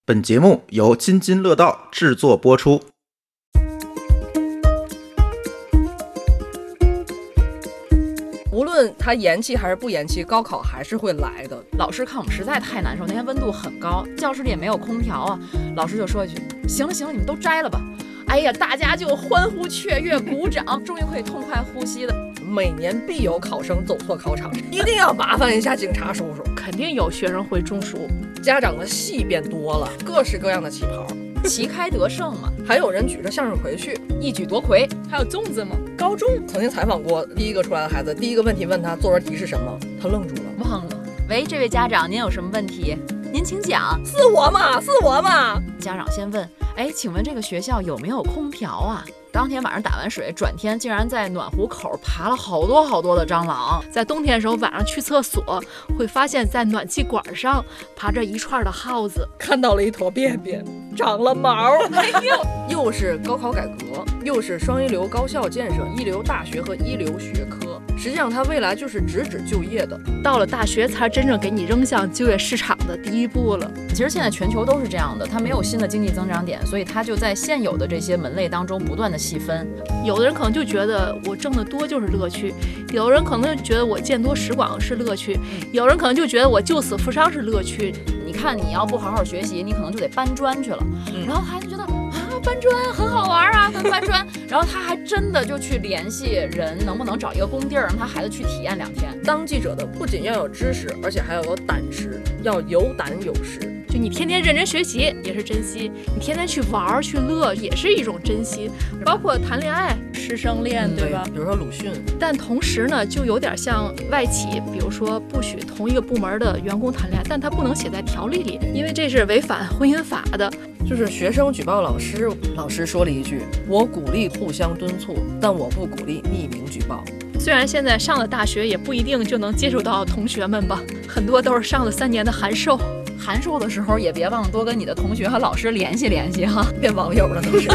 本节目由津津乐道制作播出。 无论他延期还是不延期，高考还是会来的。 老师看我们实在太难受，那天温度很高，教室里也没有空调啊。老师就说一句：“行了行了，你们都摘了吧。”哎呀，大家就欢呼雀跃，鼓掌，终于可以痛快呼吸了。 每年必有考生走错考场，一定要麻烦一下警察叔叔。 肯定有学生会中暑。 家长的戏变多了，各式各样的旗袍， 旗开得胜嘛， 还有人举着向日葵去一举夺魁。 还有粽子吗？ 高中曾经采访过第一个出来的孩子，第一个问题问他作文题是什么，他愣住了， 忘了。喂，这位家长，您有什么问题？您请讲。 是我嘛。 家长先问，哎，请问这个学校有没有空调啊？当天晚上打完水，转天竟然在暖壶口爬了好多的蟑螂。 在冬天的时候，晚上去厕所会发现，在暖气管上爬着一串的耗子。 看到了一坨便便，长了毛。哎呦，又是高考改革，又是双一流高校建设，一流大学和一流学科。实际上，它未来就是直指就业的。 到了大学，才真正给你扔向就业市场的第一步了。 其实现在全球都是这样的，它没有新的经济增长点，所以它就在现有的这些门类当中不断的细分。 有的人可能就觉得我挣得多就是乐趣，有的人可能就觉得我见多识广是乐趣，有人可能就觉得我救死扶伤是乐趣。 你看，你要不好好学习，你可能就得搬砖去了。然后孩子觉得搬砖很好玩啊，搬砖。然后他还真的就去联系人，能不能找一个工地儿，让他孩子去体验2天。 当记者的不仅要有知识，而且还要有胆识，要有胆有识。 就你天天认真学习也是珍惜，你天天去玩去乐也是一种珍惜，包括谈恋爱、师生恋，对吧？ 比如说鲁迅。 但同时呢，就有点像外企，比如说不许同一个部门的员工谈恋爱，但他不能写在条例里，因为这是违反婚姻法的。 就是学生举报老师，老师说了一句：“我鼓励互相敦促，但我不鼓励匿名举报。” 虽然现在上了大学，也不一定就能接触到同学们吧，很多都是上了3年的函授。 函授的时候也别忘了多跟你的同学和老师联系联系哈， 变网友了都是。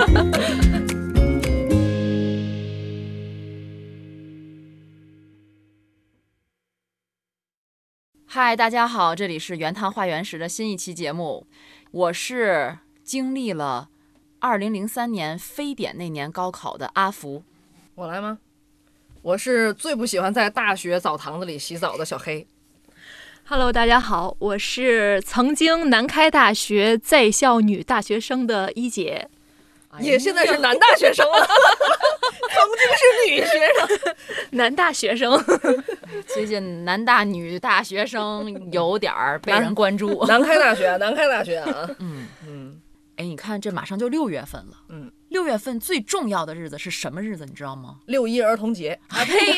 嗨，大家好，这里是原汤化原食的新一期节目，我是经历了2003年非典那年高考的阿福。 我来吗？我是最不喜欢在大学澡堂子里洗澡的小黑。 Hello， 大家好，我是曾经南开大学在校女大学生的一姐， 也现在是男大学生了，曾经是女学生， 男大学生。 最近男大女大学生有点被人关注。 南开大学啊。 哎，你看这马上就6月份了。6月份最重要的日子是什么日子？你知道吗 ？6·1儿童节。啊呸！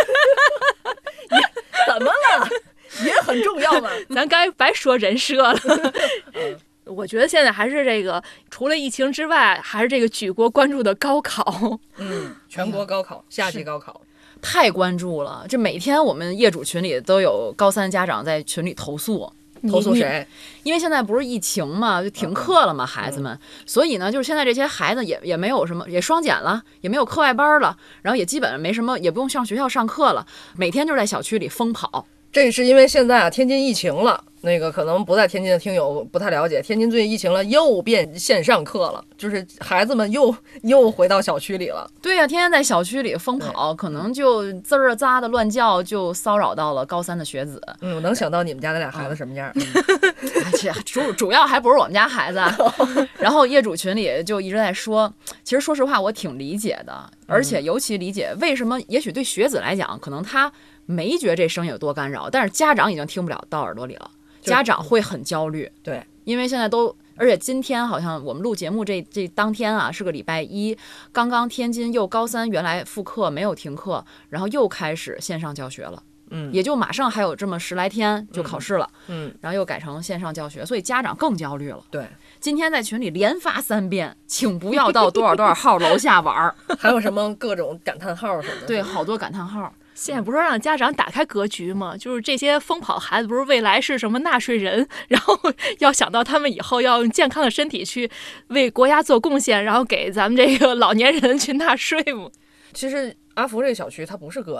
怎么了？也很重要嘛。 咱该白说人设了。我觉得现在还是这个，除了疫情之外，还是这个举国关注的高考。 全国高考，夏季高考。 太关注了，这每天我们业主群里都有高3家长在群里投诉。 投诉谁？ 因为现在不是疫情嘛，就停课了嘛，孩子们。所以呢，就是现在这些孩子也没有什么，也双减了，也没有课外班了，然后也基本没什么，也不用上学校上课了，每天就是在小区里疯跑。 这是因为现在天津疫情了，那个可能不在天津的听友不太了解，天津最近疫情了，又变线上课了，就是孩子们又回到小区里了。 对呀，天天在小区里疯跑，可能就滋儿喳的乱叫，就骚扰到了高3的学子。 我能想到你们家那俩孩子什么样。 主要还不是我们家孩子。然后业主群里就一直在说，其实说实话我挺理解的，而且尤其理解为什么，也许对学子来讲，可能他没觉得这声音有多干扰，但是家长已经听不了到耳朵里了，家长会很焦虑。 对， 因为现在而且今天好像我们录节目这当天啊，是个礼拜一，刚刚天津又高3原来复课没有停课，然后又开始线上教学了。也就马上还有这么10来天就考试了。然后又改成线上教学，所以家长更焦虑了。 对， 今天在群里连发3遍，请不要到多少号楼下玩。 还有什么各种感叹号什么的。 对，好多感叹号。 现在不是让家长打开格局吗？就是这些疯跑孩子不是未来是什么纳税人，然后要想到他们以后要用健康的身体去为国家做贡献，然后给咱们这个老年人去纳税吗？ 其实阿福这个小区它不是个案，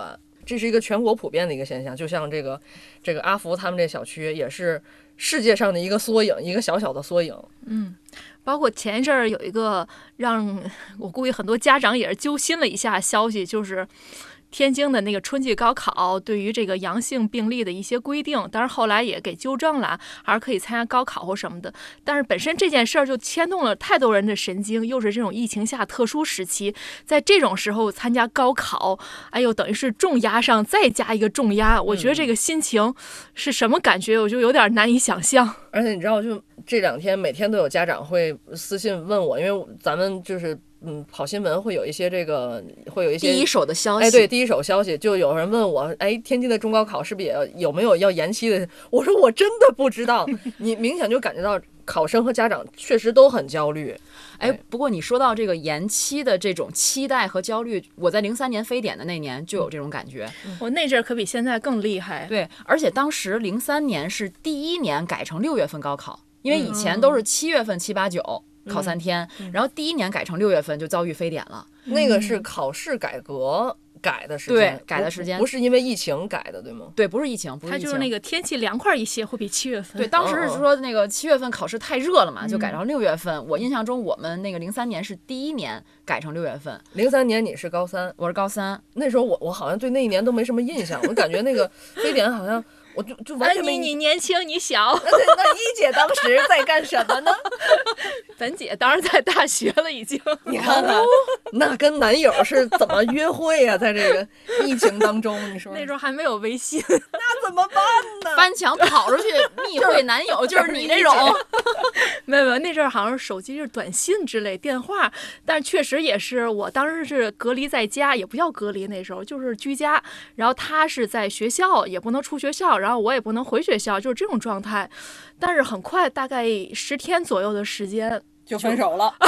这是一个全国普遍的一个现象。就像这个阿福他们这小区也是世界上的一个缩影，一个小小的缩影。 包括前一阵儿有一个让我估计很多家长也是揪心了一下消息，就是天津的那个春季高考对于这个阳性病例的一些规定，当然后来也给纠正了，还是可以参加高考或什么的。但是本身这件事儿就牵动了太多人的神经，又是这种疫情下特殊时期，在这种时候参加高考，哎呦，等于是重压上再加一个重压，我觉得这个心情是什么感觉，我就有点难以想象。 而且你知道，就这2天每天都有家长会私信问我，因为咱们就是跑新闻会有一些会有一些第一手的消息。 哎，对，第一手消息，就有人问我，哎，天津的中高考是不是有没有要延期的？我说我真的不知道。你明显就感觉到考生和家长确实都很焦虑。 哎，不过你说到这个延期的这种期待和焦虑，我在03年非典的那年就有这种感觉。 我那阵儿可比现在更厉害。 对，而且当时03年是第1年改成6月份高考，因为以前都是7月份7、8、9考3天，然后第1年改成6月份就遭遇非典了。 那个是考试改革改的时间， 对，改的时间不是因为疫情改的，对吗？ 对，不是疫情， 它就是那个天气凉快一些，会比7月份。 对，当时是说那个7月份考试太热了嘛，就改成6月份。我印象中，我们那个03年是第1年改成6月份。 03年你是高3， 我是高3。 那时候我好像对那一年都没什么印象，我感觉那个非典好像。我就完全没你年轻你小， 那一姐当时在干什么呢？ 本姐当然在大学了，已经。 你看看，那跟男友是怎么约会呀？在这个疫情当中，你说那时候还没有微信， 那怎么办呢？ 翻墙跑出去密会男友，就是你这种。 没有，那阵儿好像是手机是短信之类电话，但是确实也是，我当时是隔离在家，也不叫隔离，那时候就是居家，然后他是在学校，也不能出学校，然后我也不能回学校，就是这种状态。但是很快，大概10天左右的时间就分手了，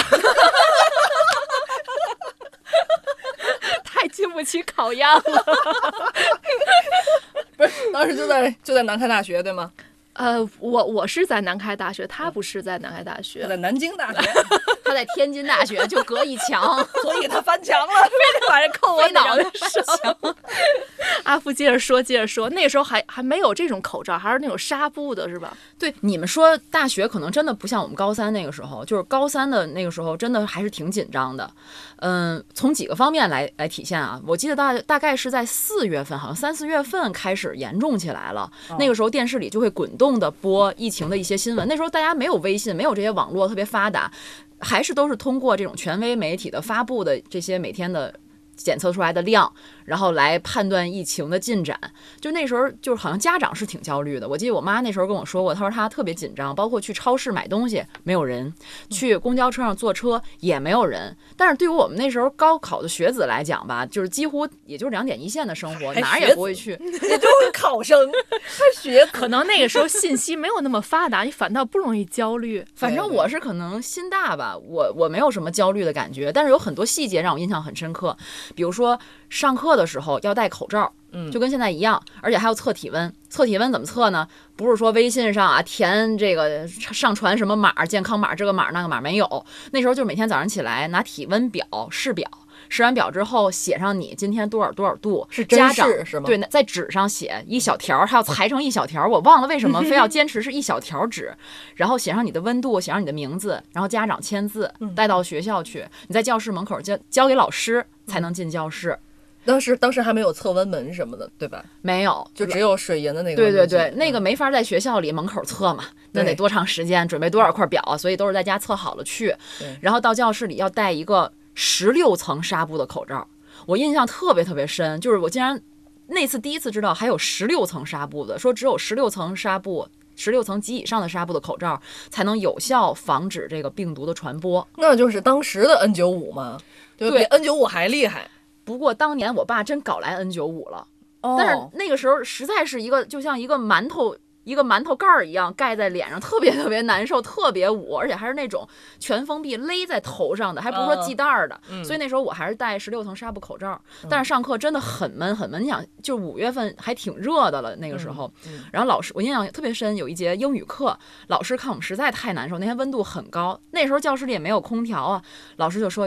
太经不起考验了。 不是，当时就在南开大学，对吗？ 我是在南开大学，他不是在南开大学， 在南京大学， 他在天津大学，就隔一墙， 所以他翻墙了，非得把人扣我脑袋上。 阿福接着说，那时候还没有这种口罩，还是那种纱布的，是吧？ 对，你们说大学可能真的不像我们高3那个时候，就是高3的那个时候真的还是挺紧张的。从几个方面来体现啊，我记得大概是在4月份，好像3、4月份开始严重起来了。那个时候电视里就会滚动的播疫情的一些新闻，那时候大家没有微信，没有这些网络特别发达，还是都是通过这种权威媒体的发布的这些每天的检测出来的量，然后来判断疫情的进展。就那时候就是好像家长是挺焦虑的，我记得我妈那时候跟我说过，她说她特别紧张，包括去超市买东西没有人，去公交车上坐车也没有人。但是对于我们那时候高考的学子来讲吧，就是几乎也就是2点一线的生活，哪儿也不会去， 也就是考生，还学可能那个时候信息没有那么发达，你反倒不容易焦虑。 反正我是可能心大吧，我没有什么焦虑的感觉，但是有很多细节让我印象很深刻。比如说上课的时候要戴口罩，就跟现在一样，而且还要测体温。测体温怎么测呢？不是说微信上啊填这个上传什么码，健康码这个码那个码，没有。那时候就每天早上起来拿体温表试表，试完表之后写上你今天多少多少度， 是真家长是吗？ 对，在纸上写一小条，还要裁成一小条，我忘了为什么非要坚持是一小条纸，然后写上你的温度，写上你的名字，然后家长签字带到学校去，你在教室门口交给老师才能进教室。 当时还没有测温门什么的，对吧？ 没有， 就只有水银的那个。 对对对，那个没法在学校里门口测嘛，那得多长时间，准备多少块表啊，所以都是在家测好了去。然后到教室里要戴一个16层纱布的口罩，我印象特别特别深，就是我竟然那次第一次知道还有16层纱布的，说只有16层纱布。16层及以上的纱布的口罩才能有效防止这个病毒的传播。 那就是当时的 N95 吗？对，比 N95 还厉害。 不过当年我爸真搞来 N95 了，但是那个时候实在是就像一个馒头盖儿一样盖在脸上，特别特别难受，特别捂，而且还是那种全封闭勒在头上的，还不是说系带儿的。所以那时候我还是戴16层纱布口罩，但是上课真的很闷很闷。你想，就5月份还挺热的了那个时候，然后老师我印象特别深，有一节英语课，老师看我们实在太难受，那天温度很高，那时候教室里也没有空调啊，老师就说一句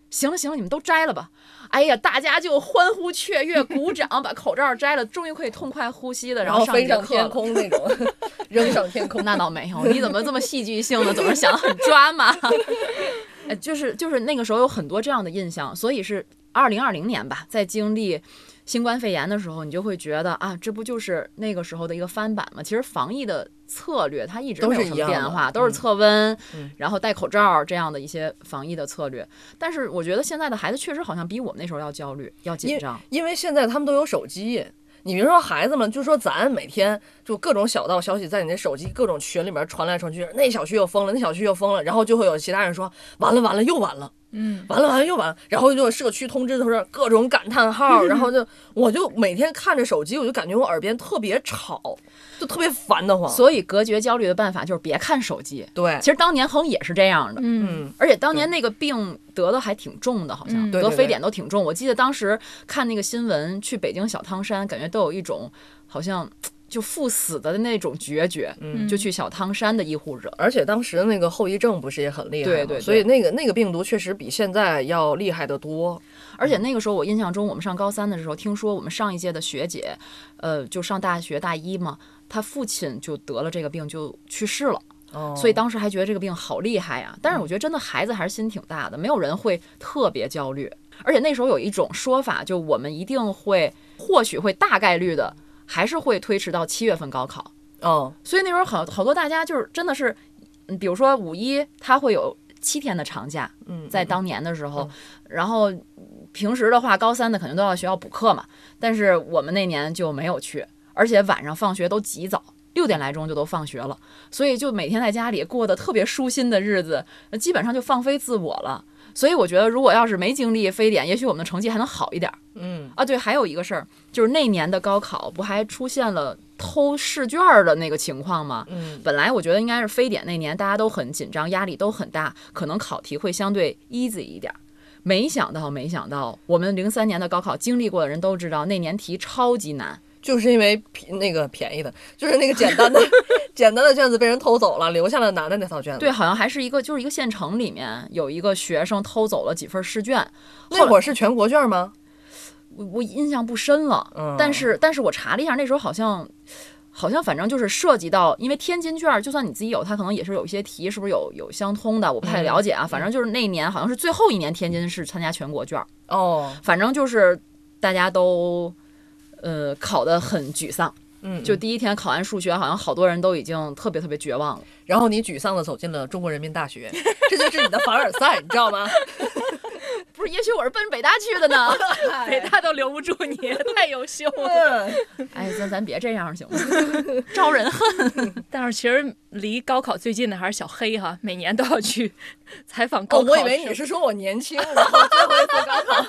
行了行了，你们都摘了吧。哎呀，大家就欢呼雀跃，鼓掌，把口罩摘了，终于可以痛快呼吸的，然后上飞上天节课了。 空那种，扔上天空。 那倒没有，你怎么这么戏剧性呢？总是想得很抓马。就是那个时候有很多这样的印象，所以是2020年吧，在经历新冠肺炎的时候，你就会觉得啊，这不就是那个时候的一个翻版吗？其实防疫的策略它一直没有什么变化，都是测温，然后戴口罩这样的一些防疫的策略。但是我觉得现在的孩子确实好像比我们那时候要焦虑、要紧张， 因为现在他们都有手机。你别说孩子们，就说咱每天就各种小道消息在你的手机各种群里面传来传去，那小区又封了，那小区又封了，然后就会有其他人说完了完了又完了，完了完了又完了，然后就社区通知都是各种感叹号，然后我就每天看着手机，我就感觉我耳边特别吵，就特别烦得慌。 所以隔绝焦虑的办法就是别看手机。 对， 其实当年好像也是这样的，而且当年那个病得的还挺重的，好像得非典都挺重。我记得当时看那个新闻，去北京小汤山，感觉都有一种好像就赴死的那种决绝，就去小汤山的医护者。 而且当时那个后遗症不是也很厉害吗？ 对， 所以那个病毒确实比现在要厉害得多。 而且那个时候我印象中，我们上高3的时候，听说我们上一届的学姐，就上大学大1嘛，她父亲就得了这个病就去世了。所以当时还觉得这个病好厉害呀，但是我觉得真的孩子还是心挺大的，没有人会特别焦虑。而且那时候有一种说法，就我们一定会，或许会大概率的，还是会推迟到7月份高考。所以那时候好多大家就是真的是，比如说5·1，他会有7天的长假，在当年的时候，然后平时的话，高3的肯定都要学校补课嘛，但是我们那年就没有去，而且晚上放学都极早。6点来钟就都放学了，所以就每天在家里过得特别舒心的日子，基本上就放飞自我了。所以我觉得，如果要是没经历非典，也许我们的成绩还能好一点。对，还有一个事儿，就是那年的高考不还出现了偷试卷的那个情况吗？本来我觉得应该是非典那年大家都很紧张，压力都很大，可能考题会相对 easy 一点。没想到，我们03年的高考经历过的人都知道，那年题超级难。 就是因为那个便宜的，就是那个简单的卷子被人偷走了，留下了难的那套卷子。 对，好像还是一个县城里面有一个学生偷走了几份试卷。 那会儿是全国卷吗？ 我印象不深了，但是我查了一下，那时候好像反正就是涉及到，因为天津卷就算你自己有，它可能也是有一些题是不是有相通的，我不太了解啊。反正就是那一年好像是最后一年，天津是参加全国卷。反正就是大家都考得很沮丧。就第一天考完数学，好像好多人都已经特别绝望了。 然后你沮丧地走进了中国人民大学，这就是你的凡尔赛，你知道吗？ 不是，也许我是奔北大去的呢。 北大都留不住你，太优秀了。 哎，咱别这样行吗？招人恨。 但是其实离高考最近的还是小黑哈，每年都要去采访高考。 我以为你是说我年轻，然后最后一次高考。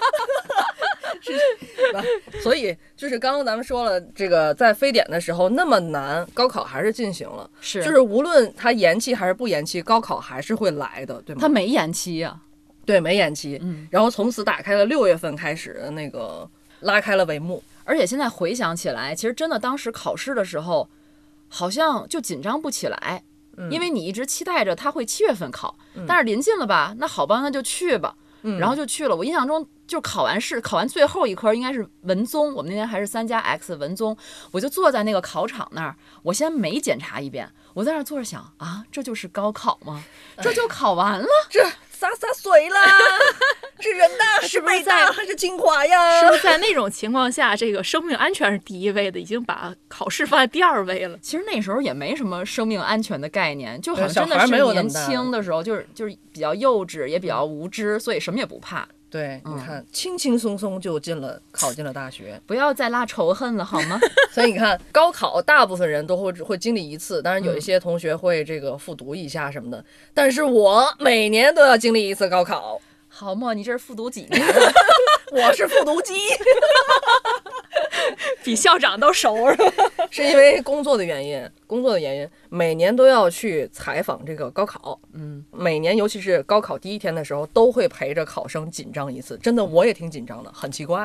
所以就是刚刚咱们说了，这个在非典的时候那么难，高考还是进行了，就是无论它延期还是不延期，高考还是会来的，对吗？ 它没延期呀， 对，没延期。然后从此打开了6月份开始的那个拉开了帷幕。 而且现在回想起来，其实真的当时考试的时候，好像就紧张不起来，因为你一直期待着它会7月份考，但是临近了吧，那好吧，那就去吧。然后就去了。我印象中就考完最后一科应该是文综，我们那天还是3+X 文综，我就坐在那个考场那儿，我先没检查一遍，我在那儿坐着想啊，这就是高考吗？这就考完了？ 这洒水啦，是人大是北大还是清华呀？ 是不是在那种情况下，这个生命安全是第一位的，已经把考试放在第2位了？ 其实那时候也没什么生命安全的概念，就好像真的是年轻的时候，就是比较幼稚，也比较无知，所以什么也不怕。 对，你看，轻轻松松就考进了大学， 不要再拉仇恨了好吗？ 所以你看，高考大部分人都会经历一次，当然有一些同学会这个复读一下什么的，但是我每年都要经历一次高考。 好嘛，你这是复读几年了？ 我是复读机， 比校长都熟了。 是因为工作的原因，每年都要去采访这个高考。每年尤其是高考第一天的时候，都会陪着考生紧张一次。真的，我也挺紧张的，很奇怪。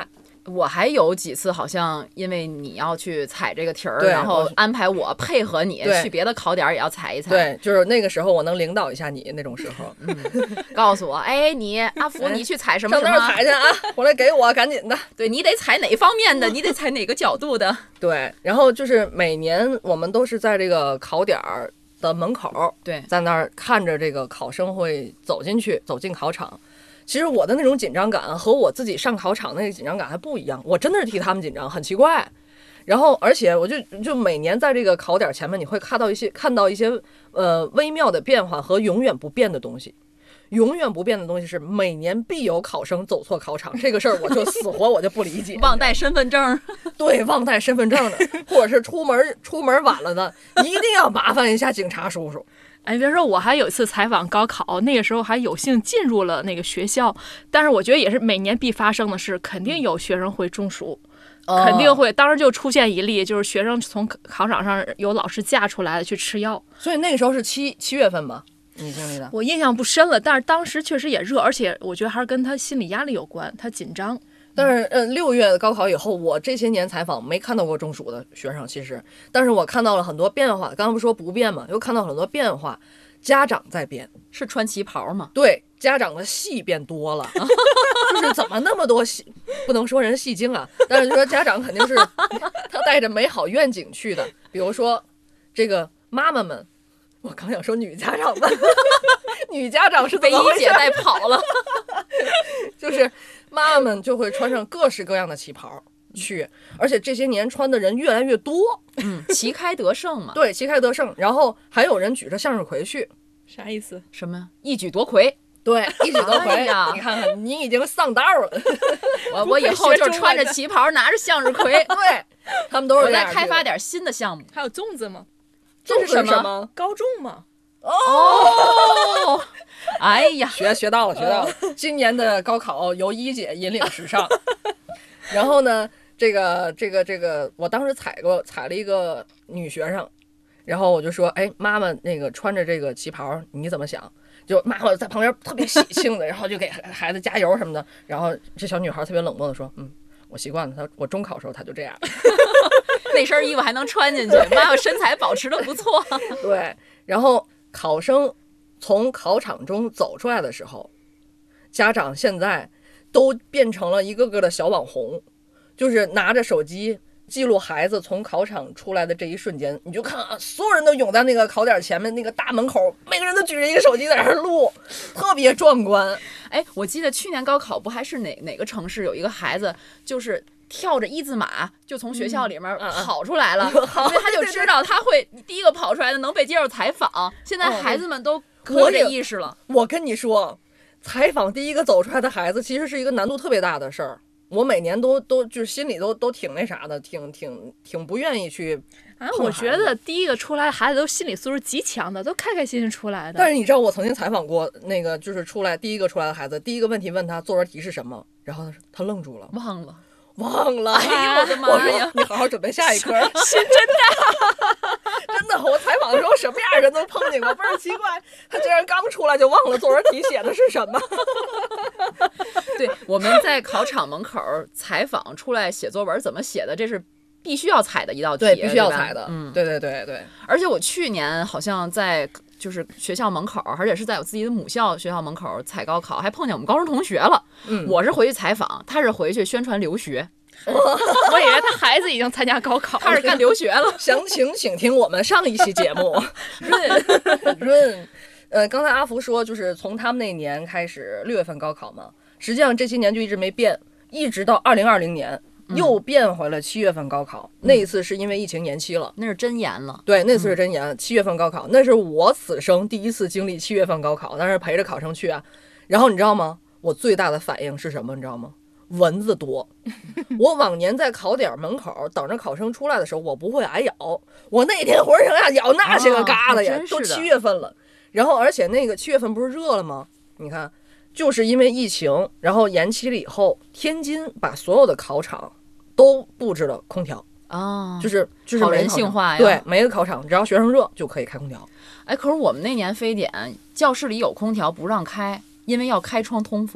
我还有几次好像因为你要去踩这个题儿， 对然后我安排我配合你对去别的考点也要踩一踩。， 对，就是那个时候我能领导一下你那种时候， 告诉我，哎，你阿福你去踩什么上那儿什么？ 踩去啊，回来给我赶紧的。 对你得踩哪方面的，你得踩哪个角度的。 对，然后就是每年我们都是在这个考点儿的门口， 对， 在那儿看着这个考生会走进考场。其实我的那种紧张感和我自己上考场那个紧张感还不一样，我真的是替他们紧张，很奇怪。然后，而且我就每年在这个考点前面，你会看到一些微妙的变化和永远不变的东西。永远不变的东西是每年必有考生走错考场，这个事儿我就死活我就不理解。 忘带身份证， 对，忘带身份证的，或者是出门晚了的，一定要麻烦一下警察叔叔。 哎，别说，我还有一次采访高考，那个时候还有幸进入了那个学校，但是我觉得也是每年必发生的事，肯定有学生会中暑，肯定会。当时就出现一例，就是学生从考场上有老师架出来的去吃药。 所以那个时候是七月份吧，你经历的。 我印象不深了，但是当时确实也热，而且我觉得还是跟他心理压力有关，他紧张。 但是6月高考以后，我这些年采访没看到过中暑的学生，其实，但是我看到了很多变化。刚刚不说不变嘛，又看到很多变化，家长在变， 是穿旗袍吗？ 对，家长的戏变多了，就是怎么那么多戏，不能说人戏精啊，但是说家长肯定是他带着美好愿景去的，比如说这个妈妈们，我刚想说女家长们，女家长是被怎么回事？ 一姐带跑了。 就是妈妈们就会穿上各式各样的旗袍去，而且这些年穿的人越来越多， 旗开得胜嘛。 对，旗开得胜。然后还有人举着向日葵去， 啥意思？ 什么一举夺魁？ 对，一举夺魁。 哎呀你看看，你已经上道了。 我以后就穿着旗袍，拿着向日葵。 对，他们都是我再这样去的。 开发点新的项目。 还有粽子吗？ 这是什么么？ 高中吗？ 哦，哎呀， 学到了，学到了。今年的高考由一姐引领时尚。然后呢，这个，我当时踩了一个女学生，然后我就说，哎，妈妈那个穿着这个旗袍，你怎么想？就妈妈在旁边特别喜庆的，然后就给孩子加油什么的。然后这小女孩特别冷漠的说，我习惯了，我中考时候她就这样。 那身衣服还能穿进去，妈妈身材保持的不错。 对，然后考生从考场中走出来的时候，家长现在都变成了一个个的小网红，就是拿着手机记录孩子从考场出来的这一瞬间。你就看啊，所有人都涌在那个考点前面那个大门口，每个人都举着一个手机在那儿录，特别壮观。 哎，我记得去年高考不还是哪个城市有一个孩子就是跳着一字马就从学校里面跑出来了，因为他就知道他会第一个跑出来的能被接受采访。现在孩子们都可这意识了。 我跟你说，采访第一个走出来的孩子其实是一个难度特别大的事儿。我每年都就是心里都挺那啥的，挺不愿意去啊，我觉得第一个出来的孩子都心理素质极强的，都开开心心出来的。 但是你知道，我曾经采访过那个就是第一个出来的孩子，第一个问题问他作文题是什么，然后他愣住了， 忘了。 哎呦我的妈呀！你好好准备下一科。心真大，真的，我采访的时候什么样的人都碰见过，倍儿奇怪。他竟然刚出来就忘了作文题写的是什么。 对，我们在考场门口采访出来写作文怎么写的，这是必须要采的一道题， 对，必须要对吧采的。对。 而且我去年好像在就是学校门口，而且是在我自己的母校学校门口采高考，还碰见我们高中同学了。我是回去采访，他是回去宣传留学。 我以为他孩子已经参加高考了， 他是干留学了。 详情请听我们上一期节目。润，刚才阿福说，就是从他们那年开始6月份高考嘛，实际上这些年就一直没变，一直到2020年又变回了7月份高考。那一次是因为疫情延期了， 那是真严了。 对，那次是真严。7月份高考，那是我此生第一次经历7月份高考，但是陪着考生去啊。然后你知道吗？我最大的反应是什么？你知道吗？蚊子多。我往年在考点门口等着考生出来的时候，我不会挨咬。我那天浑身上下咬那些个疙瘩呀，都7月份了。然后而且那个7月份不是热了吗？你看，就是因为疫情，然后延期了以后，天津把所有的考场都布置了空调。就是好人性化呀。 对，每个考场只要学生热就可以开空调。 哎，可是我们那年非典教室里有空调不让开，因为要开窗通风。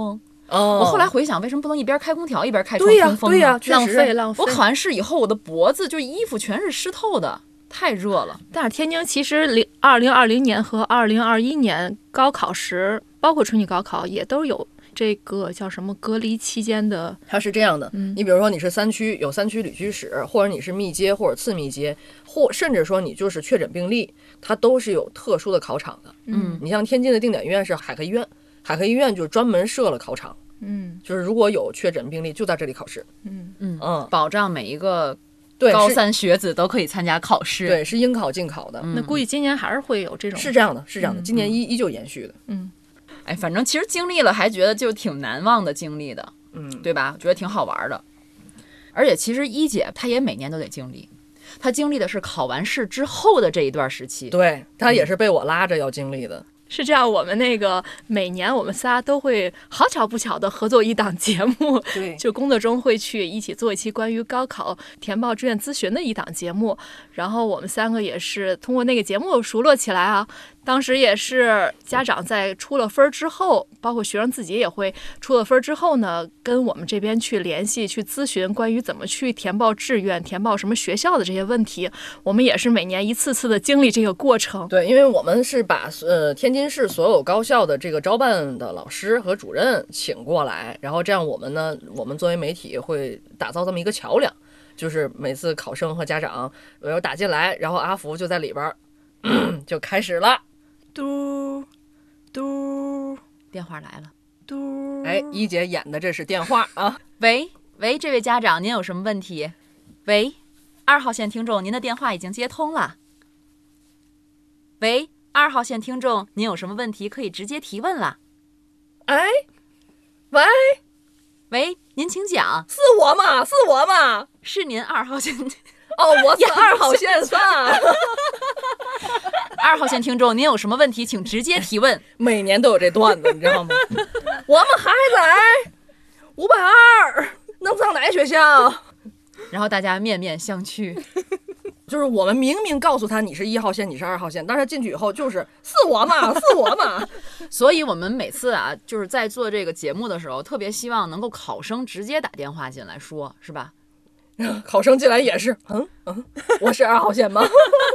我后来回想，为什么不能一边开空调一边开窗对呀通风呢？ 对呀，确浪实费浪费。 我考完试以后，我的脖子就衣服全是湿透的，太热了。 但是天津其实2020年和2021年高考时，包括春季高考也都有这个叫什么隔离期间的。 它是这样的，你比如说你是3区有3区旅居史，或者你是密接或者次密接，或甚至说你就是确诊病例，它都是有特殊的考场的。你像天津的定点医院是海科医院，海科医院就是专门设了考场，就是如果有确诊病例就在这里考试， 保障每一个对， 高是 3学子都可以参加考试。 对，是应考尽考的， 那估计今年还是会有这种。 是这样的，是这样的，今年依旧延续的。 哎，反正其实经历了还觉得就挺难忘的经历的，对吧？觉得挺好玩的。而且其实一姐她也每年都得经历，她经历的是考完试之后的这一段时期。 对，他也是被我拉着要经历的。 是这样，我们那个每年我们仨都会好巧不巧的合作一档节目， 对就工作中会去一起做一期关于高考填报志愿咨询的一档节目，然后我们3个也是通过那个节目熟络起来啊。当时也是家长在出了分之后，包括学生自己也会出了分之后呢，跟我们这边去联系去咨询关于怎么去填报志愿、填报什么学校的这些问题。我们也是每年一次次的经历这个过程。 对，因为我们是把天津市所有高校的这个招办的老师和主任请过来，然后这样我们呢，我们作为媒体会打造这么一个桥梁，就是每次考生和家长打进来，然后阿福就在里边就开始了。 嘟嘟， 电话来了， 嘟。 哎，一姐演的这是电话啊。 喂，这位家长，您有什么问题？喂，2号线听众，您的电话已经接通了。喂，2号线听众，您有什么问题可以直接提问了。 哎，喂， 喂，您请讲。 是我嘛？是我嘛？ 是您2号线。 哦，我是2号线上。 2号线听众，您有什么问题，请直接提问。 每年都有这段子，你知道吗？我们孩子520能上哪学校？ 然后大家面面相觑。 就是我们明明告诉他你是1号线，你是2号线，但是他进去以后就是我嘛，是我嘛。 所以我们每次啊，就是在做这个节目的时候，特别希望能够考生直接打电话进来说，是吧？ 考生进来也是，我是2号线吗？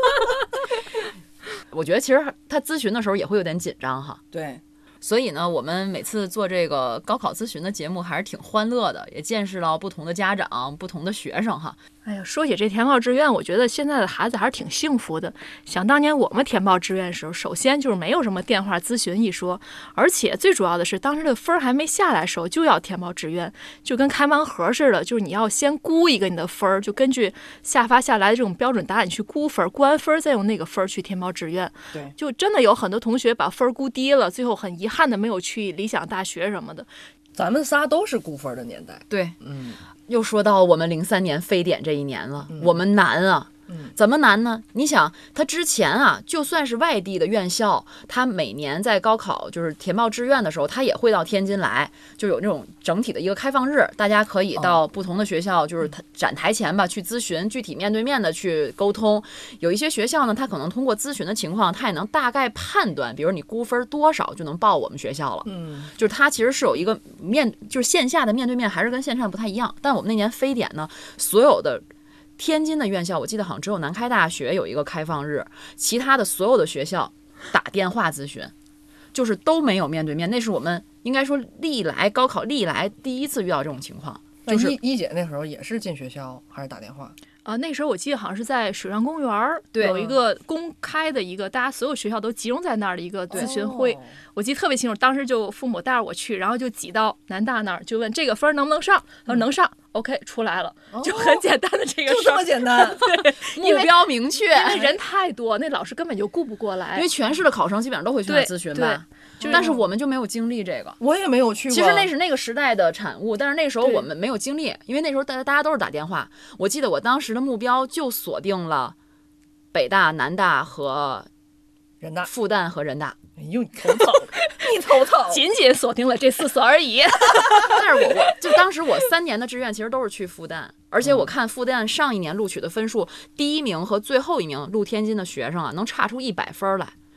我觉得其实他咨询的时候也会有点紧张哈。 对， 所以呢，我们每次做这个高考咨询的节目还是挺欢乐的，也见识到不同的家长、不同的学生哈。 哎呀，说起这填报志愿，我觉得现在的孩子还是挺幸福的。想当年我们填报志愿的时候，首先就是没有什么电话咨询一说，而且最主要的是，当时的分儿还没下来的时候就要填报志愿，就跟开盲盒似的，就是你要先估一个你的分儿，就根据下发下来的这种标准答案去估分，估完分再用那个分儿去填报志愿。 对， 就真的有很多同学把分儿估低了，最后很遗憾的没有去理想大学什么的。 咱们仨都是估分的年代。 对，又说到我们03年非典这一年了，我们难啊。怎么难呢？你想，他之前啊，就算是外地的院校，他每年在高考就是填报志愿的时候，他也会到天津来，就有这种整体的一个开放日，大家可以到不同的学校，就是展台前吧，去咨询，具体面对面的去沟通。有一些学校呢，他可能通过咨询的情况，他也能大概判断，比如你估分多少就能报我们学校了。就是他其实是有一个就是线下的面对面还是跟线上不太一样。但我们那年非典呢，所有的天津的院校，我记得好像只有南开大学有一个开放日，其他的所有的学校打电话咨询，就是都没有面对面。那是我们应该说高考历来第一次遇到这种情况。就是一姐那时候也是进学校还是打电话？ 那时候我记得好像是在水上公园有一个公开的一个大家所有学校都集中在那儿的一个咨询会，我记得特别清楚。当时就父母带着我去，然后就挤到南大那儿，就问这个分能不能上，他说能上，OK 出来了，就很简单的这个事儿， 就这么简单。 对， 目标明确， 因为人太多，那老师根本就顾不过来。 因为全市的考生基本上都会去那咨询吧。但是我们就没有经历这个， 我也没有去过。 其实那是那个时代的产物，但是那时候我们没有经历，因为那时候大家都是打电话。我记得我当时的目标就锁定了北大、南大和人大、 复旦和人大。 哎呦，你瞅瞅，你瞅瞅， 仅仅锁定了这4所而已。 但是我就当时我3年的志愿其实都是去复旦，而且我看复旦上一年录取的分数，第1名和最后1名录天津的学生啊，能差出100分来。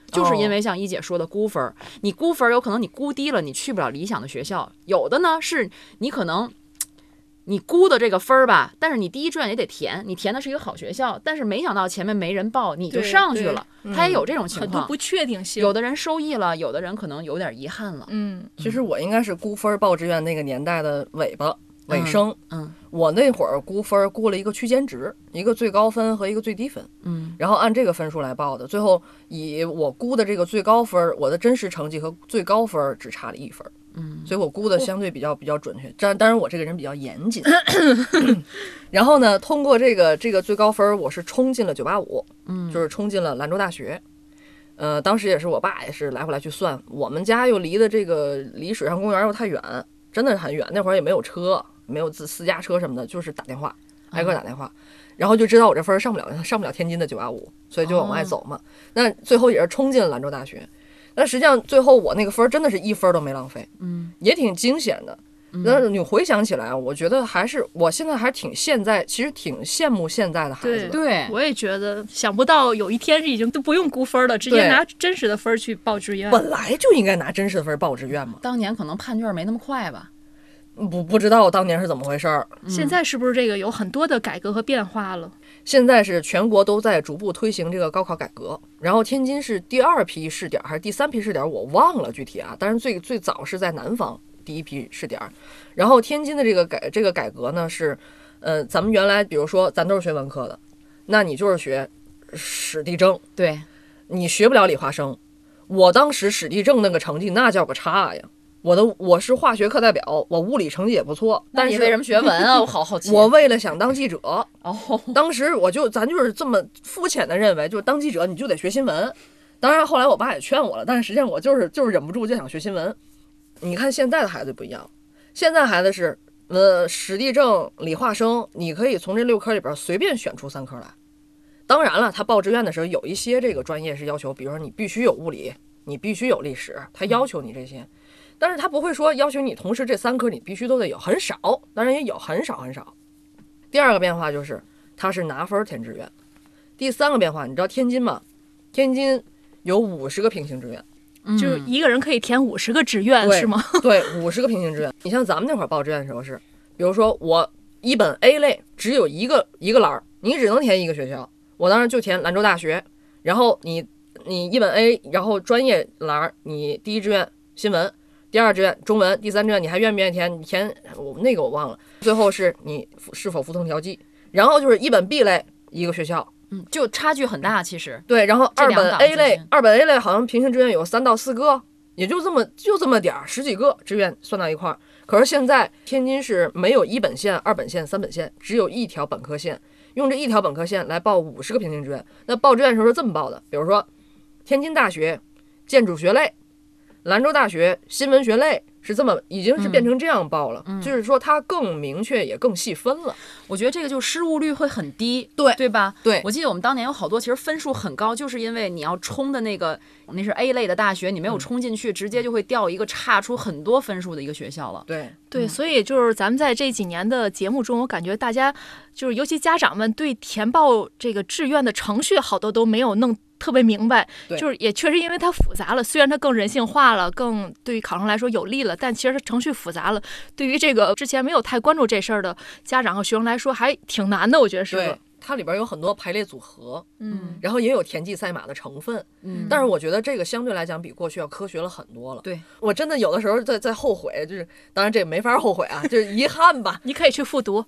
就是因为像一姐说的估分，你估分有可能你估低了，你去不了理想的学校；有的呢是你可能你估的这个分儿吧，但是你第一志愿也得填，你填的是一个好学校，但是没想到前面没人报，你就上去了，他也有这种情况， 很多不确定性。 有的人收益了，有的人可能有点遗憾了。 其实我应该是估分报志愿那个年代的尾声。我那会儿估分估了一个区间值，一个最高分和一个最低分。然后按这个分数来报的，最后以我估的这个最高分，我的真实成绩和最高分只差了1分。所以我估的相对比较准确。当然我这个人比较严谨。然后呢，通过这个最高分，我是冲进了985，就是冲进了兰州大学。当时也是我爸也是来回来去算，我们家又离水上公园又太远，真的是很远。那会儿也没有车，没有私家车什么的，就是打电话，挨个打电话，然后就知道我这分上不了天津的985，所以就往外走嘛。那最后也是冲进了兰州大学。但实际上最后我那个分真的是1分都没浪费，也挺惊险的。但是你回想起来，我觉得我现在还其实挺羡慕现在的孩子的。 对， 我也觉得想不到有一天已经都不用估分了，直接拿真实的分去报志愿。 本来就应该拿真实的分报志愿嘛。 当年可能判卷没那么快吧。 不知道当年是怎么回事儿。 现在是不是这个有很多的改革和变化了？ 现在是全国都在逐步推行这个高考改革，然后天津是第2批试点还是第3批试点，我忘了具体啊。但是最早是在南方第1批试点，然后天津的这个改革呢是，咱们原来比如说咱都是学文科的，那你就是学史地政， 对， 你学不了理化生。我当时史地政那个成绩那叫个差呀。我是化学课代表，我物理成绩也不错，但是你为什么学文啊？我好奇。 我为了想当记者，当时咱就是这么肤浅的认为，就是当记者你就得学新闻。当然后来我爸也劝我了，但是实际上我就是忍不住就想学新闻。你看现在的孩子不一样，现在孩子是史地政、理化生，你可以从这6科里边随便选出3科来。当然了，他报志愿的时候有一些这个专业是要求，比如说你必须有物理，你必须有历史，他要求你这些。但是他不会说要求你同时这3科你必须都得有，很少，当然也有很少。第2个变化就是他是拿分填志愿。第3个变化，你知道天津吗？天津有50个平行志愿， 就是一个人可以填50个志愿，是吗？ 对，50个平行志愿。你像咱们那会儿报志愿的时候是，比如说我一本 A 类只有一个栏，你只能填一个学校，我当时就填兰州大学。然后你一本 A， 然后专业栏你第1志愿新闻，第2志愿中文，第3志愿你还愿不愿意填？你填那个我忘了。最后是你是否服从调剂，然后就是一本 B 类一个学校， 就差距很大其实。 对，然后2本 A 类好像平行志愿有3到4个，也就这么点儿，10几个志愿算到一块儿。可是现在天津是没有1本线、2本线、3本线，只有1条本科线，用这1条本科线来报50个平行志愿。那报志愿的时候是这么报的，比如说天津大学建筑学类，兰州大学新闻学类，是这么已经是变成这样报了，就是说它更明确也更细分了。 我觉得这个就失误率会很低， 对吧？ 对， 我记得我们当年有好多其实分数很高，就是因为你要冲的那是 A 类的大学，你没有冲进去，直接就会掉一个差出很多分数的一个学校了。 对，所以就是咱们在这几年的节目中，我感觉大家就是尤其家长们对填报这个志愿的程序好多都没有弄特别明白，就是也确实因为它复杂了，虽然它更人性化了，更对于考生来说有利了，但其实它程序复杂了，对于这个之前没有太关注这事儿的家长和学生来说还挺难的，我觉得是。 对，它里边有很多排列组合，然后也有田忌赛马的成分，但是我觉得这个相对来讲比过去要科学了很多了。 对， 我真的有的时候在后悔，就是当然这没法后悔啊，就是遗憾吧。 你可以去复读，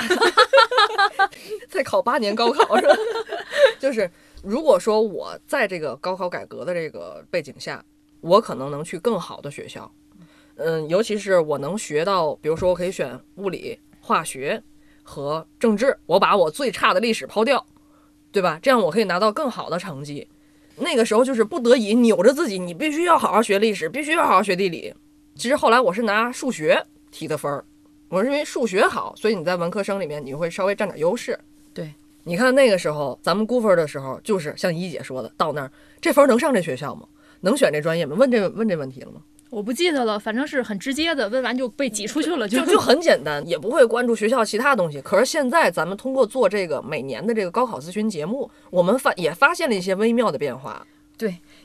再考8年高考是吧？就是如果说我在这个高考改革的这个背景下，我可能能去更好的学校，尤其是我能学到，比如说我可以选物理、化学和政治，我把我最差的历史抛掉，对吧？这样我可以拿到更好的成绩。那个时候就是不得已扭着自己，你必须要好好学历史，必须要好好学地理。其实后来我是拿数学提的分儿，我是因为数学好，所以你在文科生里面你会稍微占点优势。 对， 你看那个时候咱们估分的时候，就是像一姐说的，到那儿这分能上这学校吗？能选这专业吗？问这问题了吗？ 我不记得了，反正是很直接的，问完就被挤出去了， 就很简单，也不会关注学校其他东西。可是现在咱们通过做这个每年的这个高考咨询节目，我们也发现了一些微妙的变化。 对，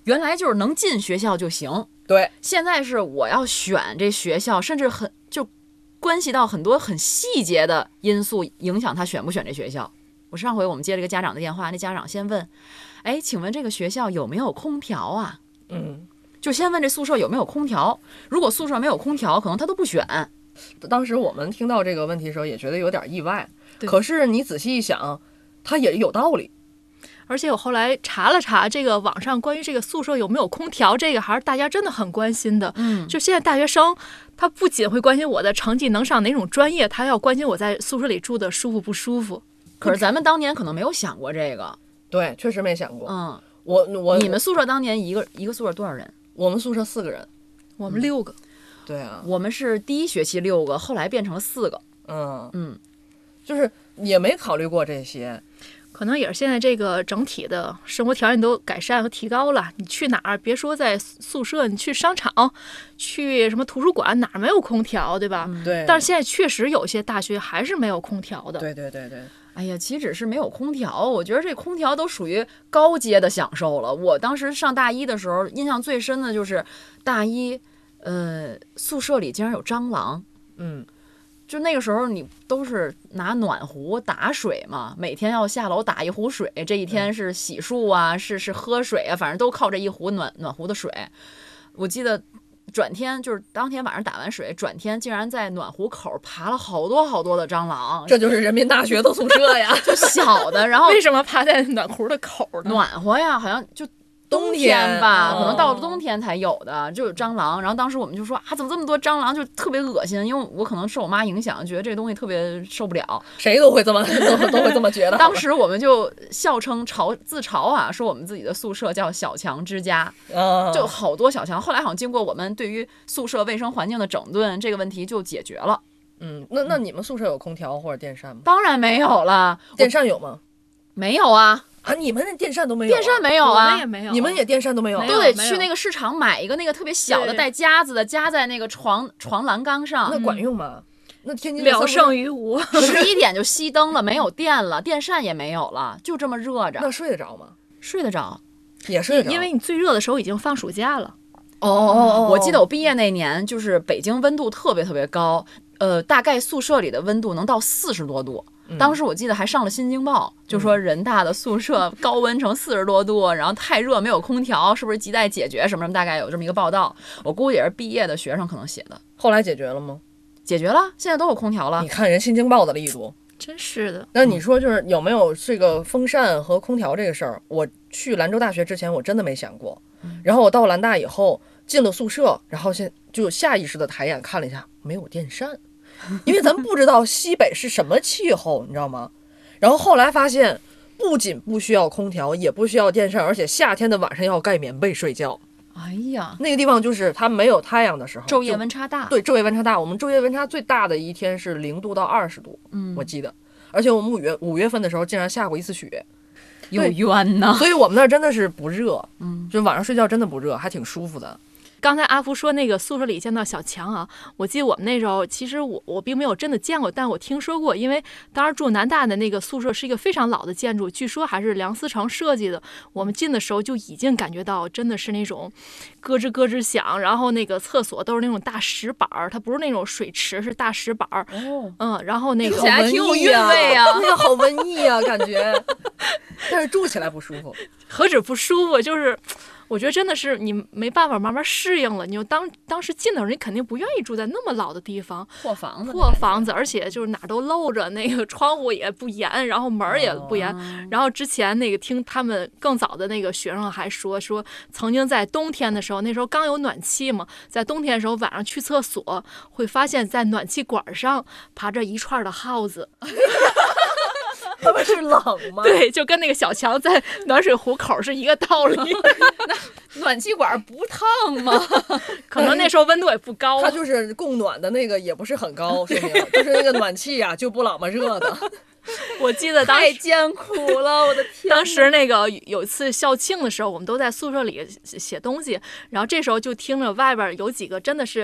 原来就是能进学校就行， 对， 现在是我要选这学校，甚至就关系到很多很细节的因素影响他选不选这学校。上回我们接了一个家长的电话，那家长先问，哎，请问这个学校有没有空调啊？就先问这宿舍有没有空调，如果宿舍没有空调，可能他都不选。 当时我们听到这个问题的时候也觉得有点意外，可是你仔细一想，它也有道理。 而且我后来查了查，这个网上关于这个宿舍有没有空调，这个还是大家真的很关心的。就现在大学生，他不仅会关心我的成绩能上哪种专业，他要关心我在宿舍里住的舒服不舒服。 可是咱们当年可能没有想过这个。 对，确实没想过。 你们宿舍当年一个宿舍多少人？ 我们宿舍4个人， 我们6个。 对啊， 我们是第一学期6个，后来变成了4个。 就是也没考虑过这些。 可能也是现在这个整体的生活条件都改善和提高了。你去哪儿，别说在宿舍，你去商场、去什么图书馆，哪儿没有空调，对吧？ 对。 但是现在确实有些大学还是没有空调的。 对对对对。 哎呀，岂止是没有空调，我觉得这空调都属于高阶的享受了。我当时上大一的时候，印象最深的就是大一，宿舍里竟然有蟑螂。就那个时候你都是拿暖壶打水嘛，每天要下楼打一壶水，这一天是洗漱啊，是喝水啊，反正都靠这一壶暖壶的水。我记得转天就是当天晚上打完水，转天竟然在暖壶口爬了好多好多的蟑螂。 这就是人民大学的宿舍呀， 就小的，然后为什么爬在暖壶的口呢？ 暖和呀，好像就冬天吧，可能到了冬天才有的，就有蟑螂。然后当时我们就说啊，怎么这么多蟑螂，就特别恶心。因为我可能受我妈影响，觉得这东西特别受不了。 谁都会这么都会这么觉得。 当时我们就笑称自嘲啊，说我们自己的宿舍叫小强之家，就好多小强。后来好像经过我们对于宿舍卫生环境的整顿，这个问题就解决了。 那你们宿舍有空调或者电扇吗？ 当然没有了。 电扇有吗？ 没有啊。 你们那电扇都没有？ 电扇没有啊， 我们也没有。 你们也电扇都没有？ 都得去那个市场买一个那个特别小的带夹子的，夹在那个床栏杆上。 那管用吗？那天津聊胜于无。 11点就熄灯了，没有电了，电扇也没有了，就这么热着。 那睡得着吗？ 睡得着， 也睡得着。 因为你最热的时候已经放暑假了。 我记得我毕业那年，就是北京温度特别特别高，大概宿舍里的温度能到40多度。当时我记得还上了《新京报》，就说人大的宿舍高温成40多度，然后太热没有空调，是不是亟待解决什么？大概有这么一个报道，我估计也是毕业的学生可能写的。 后来解决了吗？ 解决了，现在都有空调了。 你看人《新京报》的力度， 真是的。 那你说就是有没有这个风扇和空调这个事儿？我去兰州大学之前我真的没想过，然后我到兰大以后进了宿舍，然后就下意识的抬眼看了一下，没有电扇。因为咱不知道西北是什么气候，你知道吗？然后后来发现，不仅不需要空调，也不需要电扇，而且夏天的晚上要盖棉被睡觉。 哎呀， 那个地方就是它没有太阳的时候， 昼夜温差大。 对，昼夜温差大。我们昼夜温差最大的一天是0度到20度，我记得。而且我们5月份的时候竟然下过一次雪， 有冤呐。 所以我们那儿真的是不热，就晚上睡觉真的不热，还挺舒服的。 刚才阿福说那个宿舍里见到小强啊，我记得我们那时候其实我并没有真的见过，但我听说过，因为当时住南大的那个宿舍是一个非常老的建筑，据说还是梁思成设计的。我们进的时候就已经感觉到真的是那种咯吱咯吱响，然后那个厕所都是那种大石板儿，它不是那种水池，是大石板儿。然后那个听起来挺有韵味啊， 那个好文艺啊，感觉。但是住起来不舒服。 何止不舒服，就是我觉得真的是你没办法慢慢适应了。你就当时进的时候，你肯定不愿意住在那么老的地方， 破房子， 而且就是哪儿都漏着，那个窗户也不严，然后门儿也不严。然后之前那个听他们更早的那个学生还说曾经在冬天的时候，那时候刚有暖气嘛，在冬天的时候晚上去厕所会发现在暖气管上爬着一串的耗子。 他们是冷吗？ 对，就跟那个小强在暖水壶口是一个道理。 那暖气管不烫吗？ 可能那时候温度也不高。 它就是供暖的那个也不是很高，说明就是那个暖气呀就不老么热的。 我记得太艰苦了，我的天！ 当时那个有一次校庆的时候，我们都在宿舍里写东西，然后这时候就听着外边有几个真的是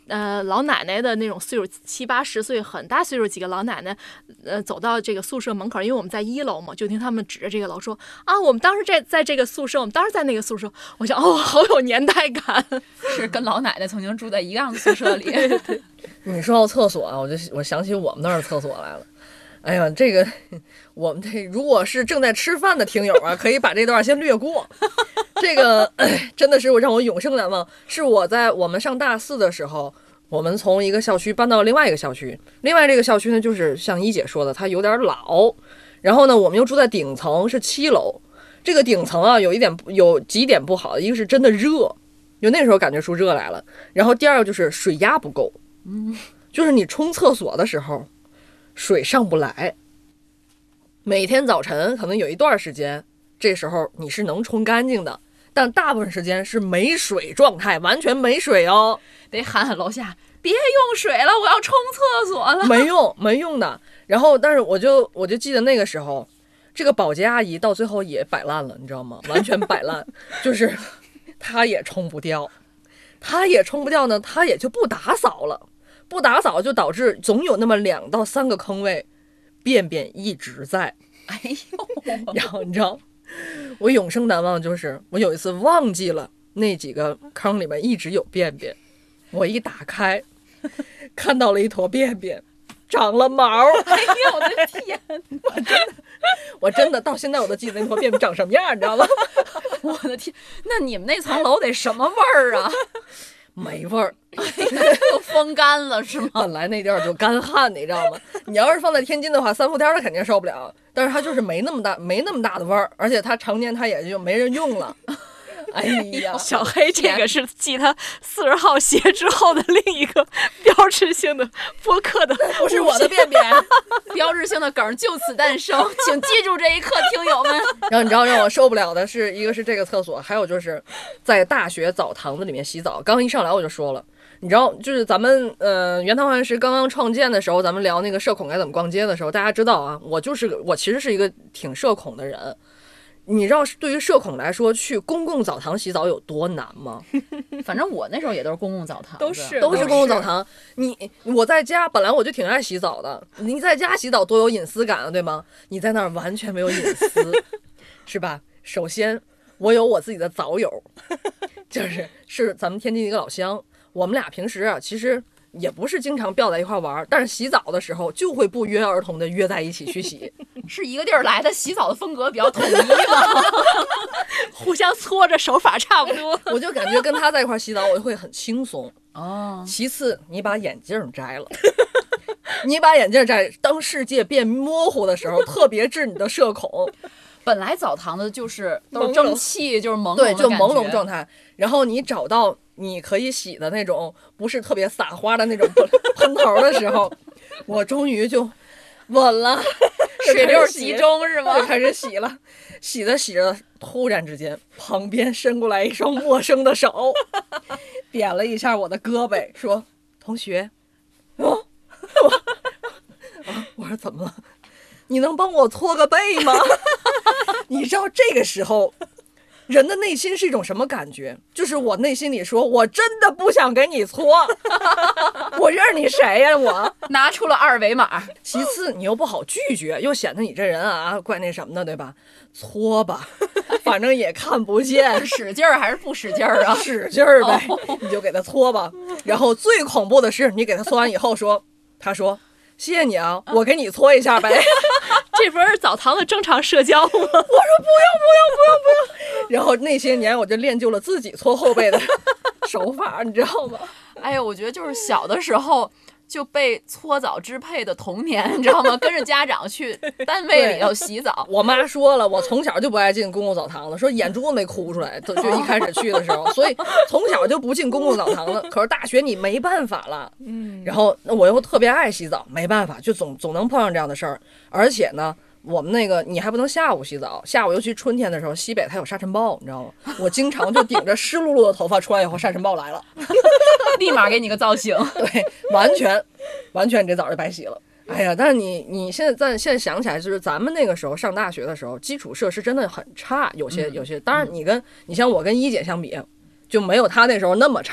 老奶奶的那种岁数，70、80岁，很大岁数几个老奶奶，走到这个宿舍门口，因为我们在1楼嘛，就听他们指着这个楼说啊，我们当时在这个宿舍，我们当时在那个宿舍。我想，哦，好有年代感， 是跟老奶奶曾经住在一样的宿舍里。 对，你说到厕所啊，我想起我们那儿的厕所来了。哎呀，这个我们这如果是正在吃饭的听友啊，可以把这段先略过。这个真的是让我永生难忘，是我们上大4的时候，我们从一个校区搬到另外一个校区，另外这个校区呢，就是像一姐说的，它有点老，然后呢，我们又住在顶层，是7楼。这个顶层啊，有几点不好，一个是真的热，就那时候感觉出热来了，然后第二个就是水压不够，就是你冲厕所的时候，水上不来。每天早晨可能有一段时间，这时候你是能冲干净的，但大部分时间是没水状态，完全没水哦。 得喊喊楼下别用水了，我要冲厕所了。 没用的。然后，但是我就记得那个时候，这个保洁阿姨到最后也摆烂了，你知道吗？完全摆烂，就是她也冲不掉呢，她也就不打扫了。不打扫就导致总有那么2到3个坑位，便便一直在。 哎呦， 然后你知道，我永生难忘就是我有一次忘记了那几个坑里面一直有便便，我一打开，看到了一坨便便，长了毛。 哎呦我的天， 我真的到现在我都记得那坨便便长什么样，你知道吗？ 我的天，那你们那层楼得什么味儿啊？ 没味儿， 都风干了是吗？ 本来那地儿就干旱，你知道吗？你要是放在天津的话，3伏天它肯定受不了，但是它就是没那么大的味儿，而且它常年它也就没人用了。哎呀， 小黑这个是继他40号鞋之后的另一个标志性的播客的， 不是我的便便， 标志性的梗就此诞生，请记住这一刻，听友们。 然后你知道让我受不了的是，一个是这个厕所，还有就是在大学澡堂子里面洗澡。刚一上来我就说了，你知道，就是咱们原汤化原食刚刚创建的时候，咱们聊那个社恐该怎么逛街的时候，大家知道啊，我其实是一个挺社恐的人。你知道对于社恐来说，去公共澡堂洗澡有多难吗？ 反正我那时候也都是公共澡堂， 都是公共澡堂。我在家本来我就挺爱洗澡的，你在家洗澡多有隐私感啊，对吗？你在那儿完全没有隐私，是吧？首先，我有我自己的澡友，是咱们天津一个老乡，我们俩平时啊其实也不是经常吊在一块玩，但是洗澡的时候就会不约而同的约在一起去洗。 是一个地儿来的，洗澡的风格比较统一吗？ 互相搓着，手法差不多。 我就感觉跟他在一块洗澡，我就会很轻松。 哦。 其次，你把眼镜摘了，当世界变模糊的时候，特别治你的社恐。 本来澡堂子就是都是蒸汽，就是朦胧的对，就朦感觉胧状态。然后你找到你可以洗的那种，不是特别撒花的那种喷头的时候，我终于就稳了， 水流集中是吗？ 就开始洗了，洗着，突然之间旁边伸过来一双陌生的手，点了一下我的胳膊，说：“同学。”我说怎么了？你能帮我搓个背吗？你知道这个时候人的内心是一种什么感觉？就是我内心里说，我真的不想给你搓，我认识你谁呀？我拿出了2维码。 其次，你又不好拒绝，又显得你这人啊怪那什么的，对吧？搓吧，反正也看不见， 使劲儿还是不使劲儿啊？ 使劲儿呗，你就给他搓吧。然后最恐怖的是，你给他搓完以后他说。谢谢你啊，我给你搓一下呗。 这不是澡堂的正常社交吗？我说不用。然后那些年我就练就了自己搓后背的手法，你知道吗？ 哎呀，我觉得就是小的时候就被搓澡支配的童年，你知道吗？跟着家长去单位里头洗澡。 我妈说了，我从小就不爱进公共澡堂子，说眼珠子没哭出来，就一开始去的时候，所以从小就不进公共澡堂子。可是大学你没办法了，然后我又特别爱洗澡，没办法，就总能碰上这样的事儿。而且呢，我们那个你还不能下午洗澡，下午尤其春天的时候，西北它有沙尘暴，你知道吗？我经常就顶着湿漉漉的头发出来以后，沙尘暴来了， 立马给你个造型。 对，完全你这澡就白洗了。哎呀，但是你现在想起来，就是咱们那个时候上大学的时候，基础设施真的很差，有些。当然你像我跟一姐相比，就没有她那时候那么差。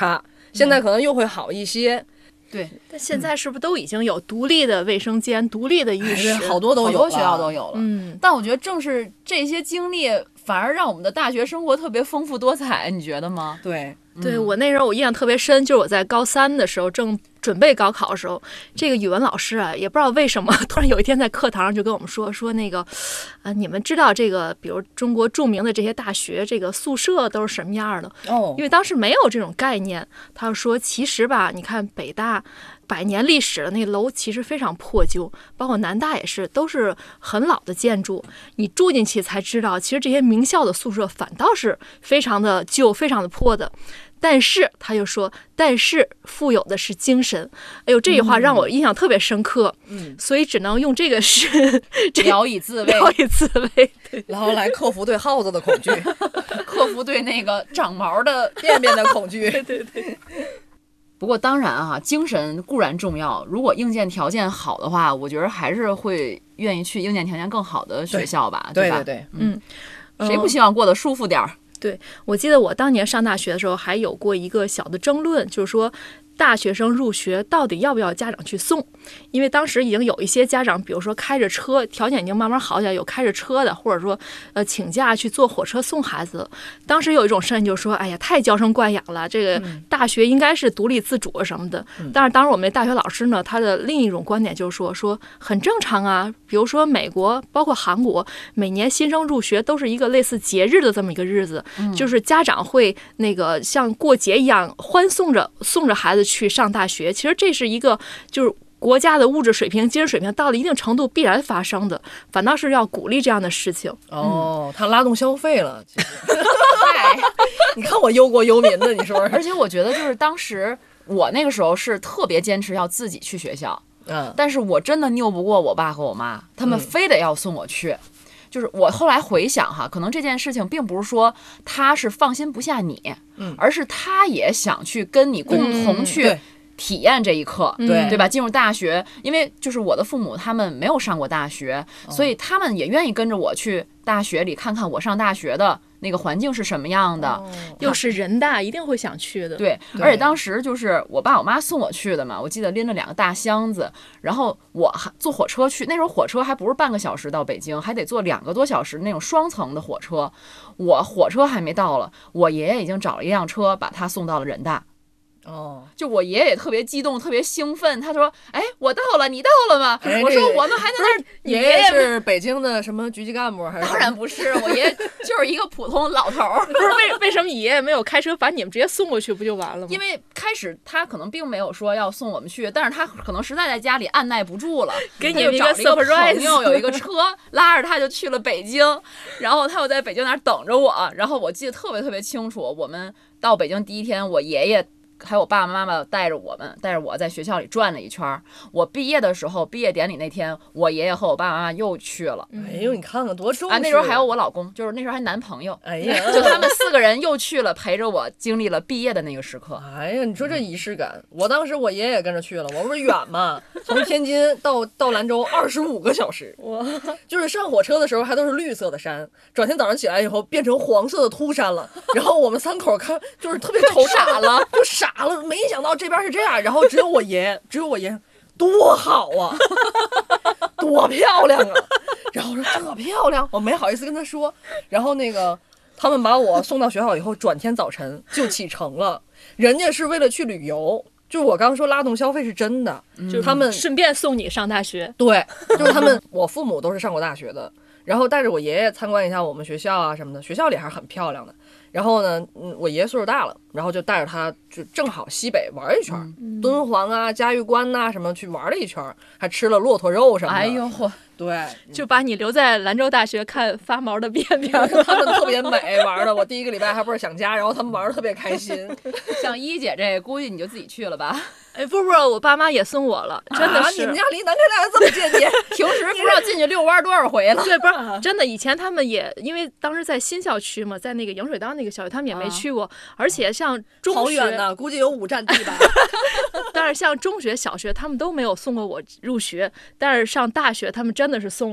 现在可能又会好一些。 对， 但现在是不是都已经有独立的卫生间、独立的浴室？ 好多都有， 好多学校都有了。 嗯， 但我觉得正是这些经历，反而让我们的大学生活特别丰富多彩，你觉得吗？ 对， 对我那时候我印象特别深，就是我在高3的时候正准备高考的时候，这个语文老师啊，也不知道为什么，突然有一天在课堂上就跟我们说那个，你们知道这个，比如中国著名的这些大学，这个宿舍都是什么样的？ 哦因为当时没有这种概念，他就说其实吧，你看北大100年历史的那楼其实非常破旧，包括南大也是，都是很老的建筑。你住进去才知道，其实这些名校的宿舍反倒是非常的旧、非常的破的。但是他又说，但是富有的是精神。哎呦，这句话让我印象特别深刻。所以只能用这个是聊以自慰， 聊以自慰。对， 然后来克服对耗子的恐惧， 克服对那个长毛的。 便便的恐惧。 对。 不过当然啊，精神固然重要，如果硬件条件好的话，我觉得还是会愿意去硬件条件更好的学校吧，吧？ 对， 谁不希望过得舒服点儿？ 对，我记得我当年上大学的时候，还有过一个小的争论，就是说大学生入学到底要不要家长去送？因为当时已经有一些家长，比如说开着车，条件已经慢慢好起来，有开着车的，或者说请假去坐火车送孩子。当时有一种声音就说：“哎呀，太娇生惯养了，这个大学应该是独立自主什么的。”但是当时我们大学老师呢，他的另一种观点就是说很正常啊。比如说美国，包括韩国，每年新生入学都是一个类似节日的这么一个日子，就是家长会那个像过节一样欢送着孩子去上大学。其实这是一个就是国家的物质水平、精神水平到了一定程度必然发生的，反倒是要鼓励这样的事情。 哦，他拉动消费了。其实你看我忧国忧民的，你说。 而且我觉得就是当时我那个时候是特别坚持要自己去学校，但是我真的拗不过我爸和我妈，他们非得要送我去。就是我后来回想哈，可能这件事情并不是说他是放心不下你，而是他也想去跟你共同去体验这一刻，对吧？进入大学，因为就是我的父母他们没有上过大学，所以他们也愿意跟着我去大学里看看我上大学的那个环境是什么样的。 又是人大，一定会想去的。 对，而且当时就是我爸我妈送我去的嘛，我记得拎着2个大箱子，然后我还坐火车去，那时候火车还不是半个小时到北京，还得坐2个多小时那种双层的火车。我火车还没到了，我爷爷已经找了一辆车把他送到了人大。就我爷爷也特别激动，特别兴奋。他说：“哎，我到了，你到了吗？”我说：“我们还在那儿。” 爷爷是北京的什么局级干部还是？ 当然不是，我爷爷就是一个普通老头儿。 不是为什么你爷爷没有开车把你们直接送过去，不就完了吗？ 因为开始他可能并没有说要送我们去，但是他可能实在在家里按耐不住了， 给你一个 surprise， 朋友有一个车拉着他就去了北京，然后他又在北京那儿等着我。然后我记得特别特别清楚，我们到北京第一天，我爷爷还有爸爸妈妈带着我在学校里转了一圈。我毕业的时候，毕业典礼那天，我爷爷和我爸爸妈妈又去了。 哎呦，你看看多重视！ 那时候还有我老公，就是那时候还男朋友。 哎呀， 就他们4个人又去了，陪着我经历了毕业的那个时刻。 哎呀，你说这仪式感，我当时我爷爷也跟着去了，我不是远嘛，从天津到兰州25个小时。哇，就是上火车的时候还都是绿色的山，转天早上起来以后变成黄色的秃山了。然后我们3口看就是特别瞅傻了， 就傻了，没想到这边是这样。然后只有我爷爷，多好啊，多漂亮啊！然后我说这漂亮，我没好意思跟他说。然后那个他们把我送到学校以后，转天早晨就启程了。人家是为了去旅游，就是我刚说拉动消费是真的，就是他们顺便送你上大学。 对，就是他们，我父母都是上过大学的，然后带着我爷爷参观一下我们学校啊什么的，学校里还是很漂亮的。然后呢，我爷爷岁数大了，然后就带着他就正好西北玩一圈，敦煌啊、嘉峪关呐、什么去玩了一圈，还吃了骆驼肉什么的。 哎呦嚯！ 对， 就把你留在兰州大学看发毛的便便。 他们特别美玩的，我第1个礼拜还不是想家，然后他们玩的特别开心。 像一姐这估计你就自己去了吧？ 哎，不，我爸妈也送我了，真的是。 你们家离南开大学这么近， 平时不知道进去遛弯多少回了。 对，不是真的，以前他们也因为当时在新校区嘛，在那个迎水道那个校区，他们也没去过。而且像中学， 好远呢，估计有5站地吧。 但是像中学、小学，他们都没有送过我入学，但是上大学他们真的是送了。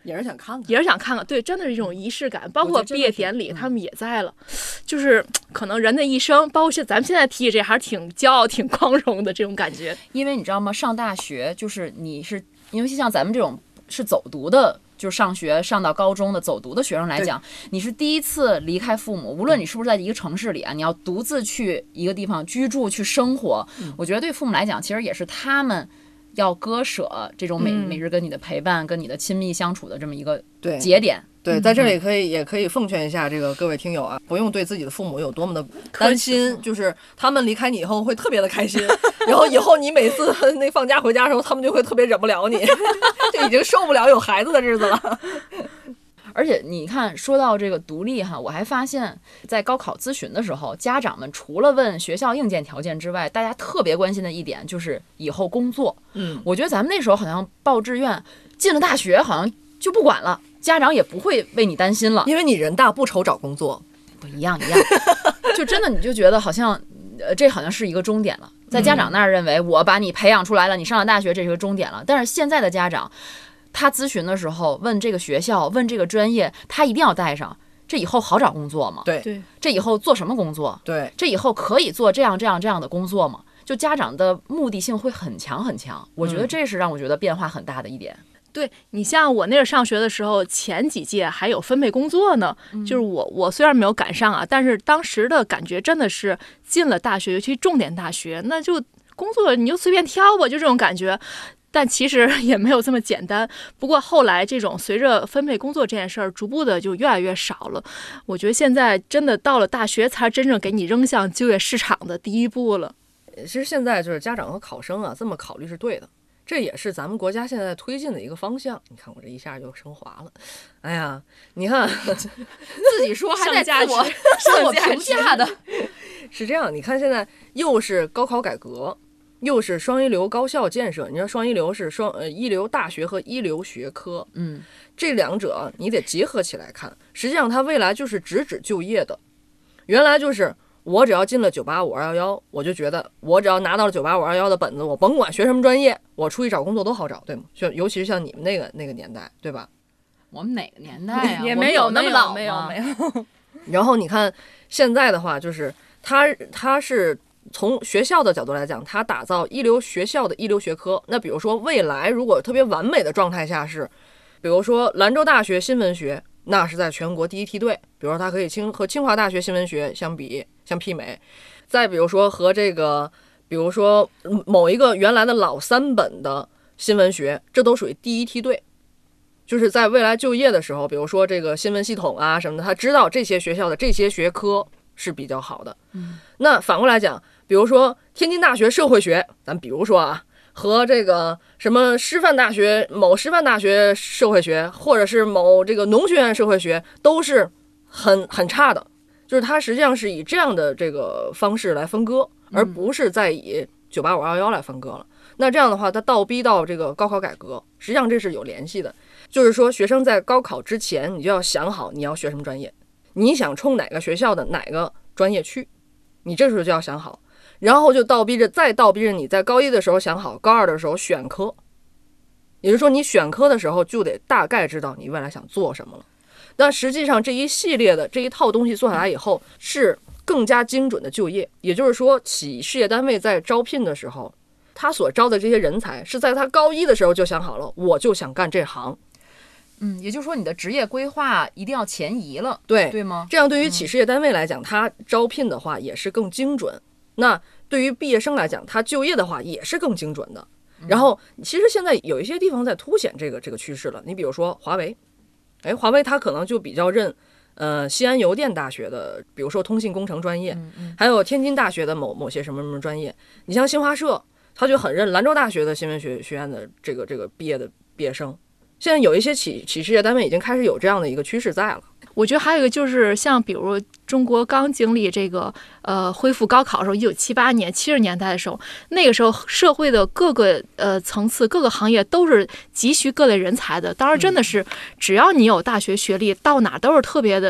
也是想看看， 也是想看看，对，真的是一种仪式感。包括毕业典礼，他们也在了，就是可能人的一生，包括咱们现在提起这，还是挺骄傲、挺光荣的这种感觉。 因为你知道吗？上大学就是尤其像咱们这种是走读的。就是上学上到高中的走读的学生来讲，你是第一次离开父母，无论你是不是在一个城市里啊，你要独自去一个地方居住去生活，我觉得对父母来讲，其实也是他们要割舍这种每日跟你的陪伴、跟你的亲密相处的这么一个节点。 对，在这里也可以奉劝一下这个各位听友啊，不用对自己的父母有多么的担心，就是他们离开你以后会特别的开心，然后以后你每次那放假回家的时候，他们就会特别忍不了你，就已经受不了有孩子的日子了。 而且你看，说到这个独立哈，我还发现，在高考咨询的时候，家长们除了问学校硬件条件之外，大家特别关心的一点就是以后工作。我觉得咱们那时候好像报志愿进了大学，好像就不管了。家长也不会为你担心了， 因为你人大不愁找工作， 不一样，就真的你就觉得好像，这好像是一个终点了。在家长那儿认为我把你培养出来了，你上了大学这是个终点了。但是现在的家长，他咨询的时候问这个学校，问这个专业，他一定要带上这以后好找工作吗？ 对， 这以后做什么工作？ 对， 这以后可以做这样的工作吗？就家长的目的性会很强很强，我觉得这是让我觉得变化很大的一点。 对，你像我那个上学的时候，前几届还有分配工作呢，就是我虽然没有赶上啊，但是当时的感觉真的是进了大学，尤其重点大学，那就工作你就随便挑吧，就这种感觉。但其实也没有这么简单。不过后来这种随着分配工作这件事儿，逐步的就越来越少了。我觉得现在真的到了大学，才真正给你扔向就业市场的第一步了。 其实现在就是家长和考生啊，这么考虑是对的。这也是咱们国家现在推进的一个方向。你看我这一下就升华了，哎呀，你看自己说还在自我评价的， 是这样。你看现在又是高考改革，又是双一流高校建设。你知道双一流是一流大学和一流学科，这两者你得结合起来看。实际上它未来就是直指就业的。原来就是我只要进了985-211，我就觉得我只要拿到了985-211的本子，我甭管学什么专业，我出去找工作都好找，对吗？尤其是像你们那个年代，对吧？ 我们哪个年代啊？ 也没有那么老， 没有。 然后你看现在的话，就是它是从学校的角度来讲，它打造一流学校的一流学科。那比如说未来如果特别完美的状态下是，比如说兰州大学新闻学，那是在全国第一梯队。比如说它可以和清华大学新闻学相媲美。再比如说和这个，比如说某一个原来的老3本的新闻学，这都属于第一梯队。就是在未来就业的时候，比如说这个新闻系统啊什么的，他知道这些学校的这些学科是比较好的。那反过来讲，比如说天津大学社会学，咱比如说啊，和这个什么某师范大学社会学，或者是某这个农学院社会学，都是很差的。就是它实际上是以这样的这个方式来分割，而不是再以985-211来分割了。那这样的话，它倒逼到这个高考改革，实际上这是有联系的。就是说，学生在高考之前，你就要想好你要学什么专业，你想冲哪个学校的哪个专业去，你这时候就要想好，然后就倒逼着你在高1的时候想好，高2的时候选科。也就是说，你选科的时候就得大概知道你未来想做什么了。但实际上这一系列的这一套东西做下来以后，是更加精准的就业。也就是说，事业单位在招聘的时候，他所招的这些人才是在他高1的时候就想好了，我就想干这行。 也就是说你的职业规划一定要前移了，对吗？ 这样对于企事业单位来讲，他招聘的话也是更精准。那对于毕业生来讲，他就业的话也是更精准的。然后其实现在有一些地方在凸显这个趋势了。你比如说华为，华为它可能就比较认西安邮电大学的，比如说通信工程专业，还有天津大学的某些什么专业。你像新华社，他就很认兰州大学的新闻学院的这个毕业生。现在有一些企事业单位已经开始有这样的一个趋势在了。 我觉得还有一个就是像比如中国刚经历这个恢复高考的时候，1978年70年代的时候，那个时候社会的各个层次各个行业都是急需各类人才的。当然真的是只要你有大学学历，到哪都是特别的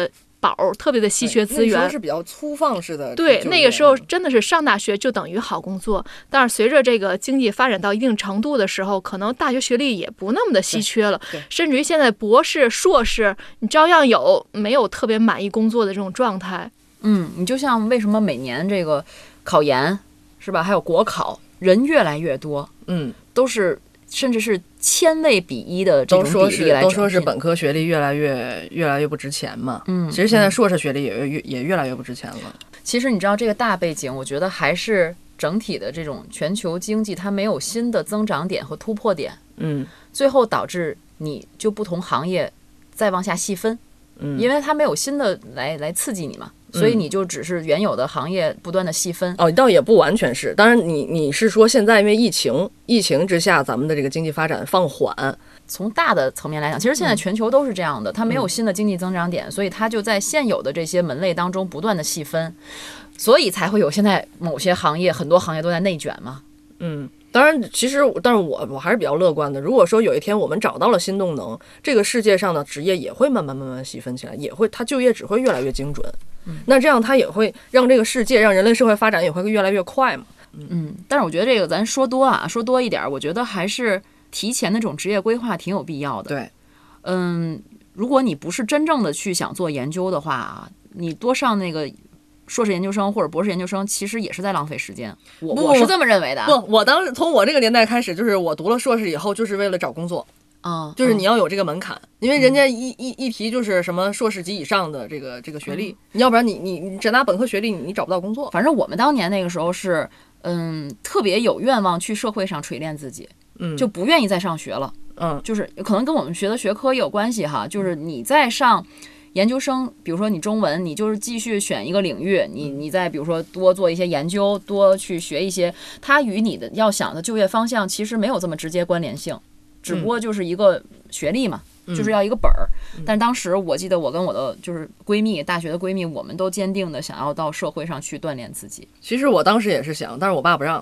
宝，特别的稀缺资源。 是比较粗放式的。 对，那个时候真的是上大学就等于好工作。但是随着这个经济发展到一定程度的时候，可能大学学历也不那么的稀缺了，甚至于现在博士、硕士，你照样没有特别满意工作的这种状态。 你就像为什么每年这个考研是吧，还有国考人越来越多，都是甚至是千位比一的这种比例来都说是本科学历越来越不值钱嘛。其实现在硕士学历也越来越不值钱了。 其实你知道这个大背景，我觉得还是整体的这种全球经济它没有新的增长点和突破点，最后导致你就不同行业再往下细分，因为它没有新的来刺激你嘛。所以你就只是原有的行业不断的细分。 倒也不完全是，当然你是说现在因为疫情之下，咱们的这个经济发展放缓。 从大的层面来讲，其实现在全球都是这样的，它没有新的经济增长点，所以它就在现有的这些门类当中不断的细分，所以才会有现在某些行业很多行业都在内卷嘛。 当然，但是我还是比较乐观的。如果说有一天我们找到了新动能，这个世界上的职业也会慢慢细分起来，它就业只会越来越精准。那这样它也会让这个世界，让人类社会发展也会越来越快嘛。 但是我觉得这个咱说多一点，我觉得还是提前的这种职业规划挺有必要的。 对， 如果你不是真正的去想做研究的话，你多上那个硕士研究生或者博士研究生，其实也是在浪费时间。我是这么认为的。 我当时从我这个年代开始，就是我读了硕士以后，就是为了找工作。就是你要有这个门槛，因为人家一提就是什么硕士及以上的这个学历，你要不然你只拿本科学历，你找不到工作。 反正我们当年那个时候是，特别有愿望去社会上锤炼自己，就不愿意再上学了。就是可能跟我们学的学科也有关系哈，就是你在上研究生，比如说你中文，你就是继续选一个领域，你再比如说多做一些研究，多去学一些，它与你的要想的就业方向其实没有这么直接关联性。只不过就是一个学历嘛，就是要一个本儿。但当时我记得我跟我的就是闺蜜，大学的闺蜜，我们都坚定的想要到社会上去锻炼自己。 其实我当时也是想，但是我爸不让。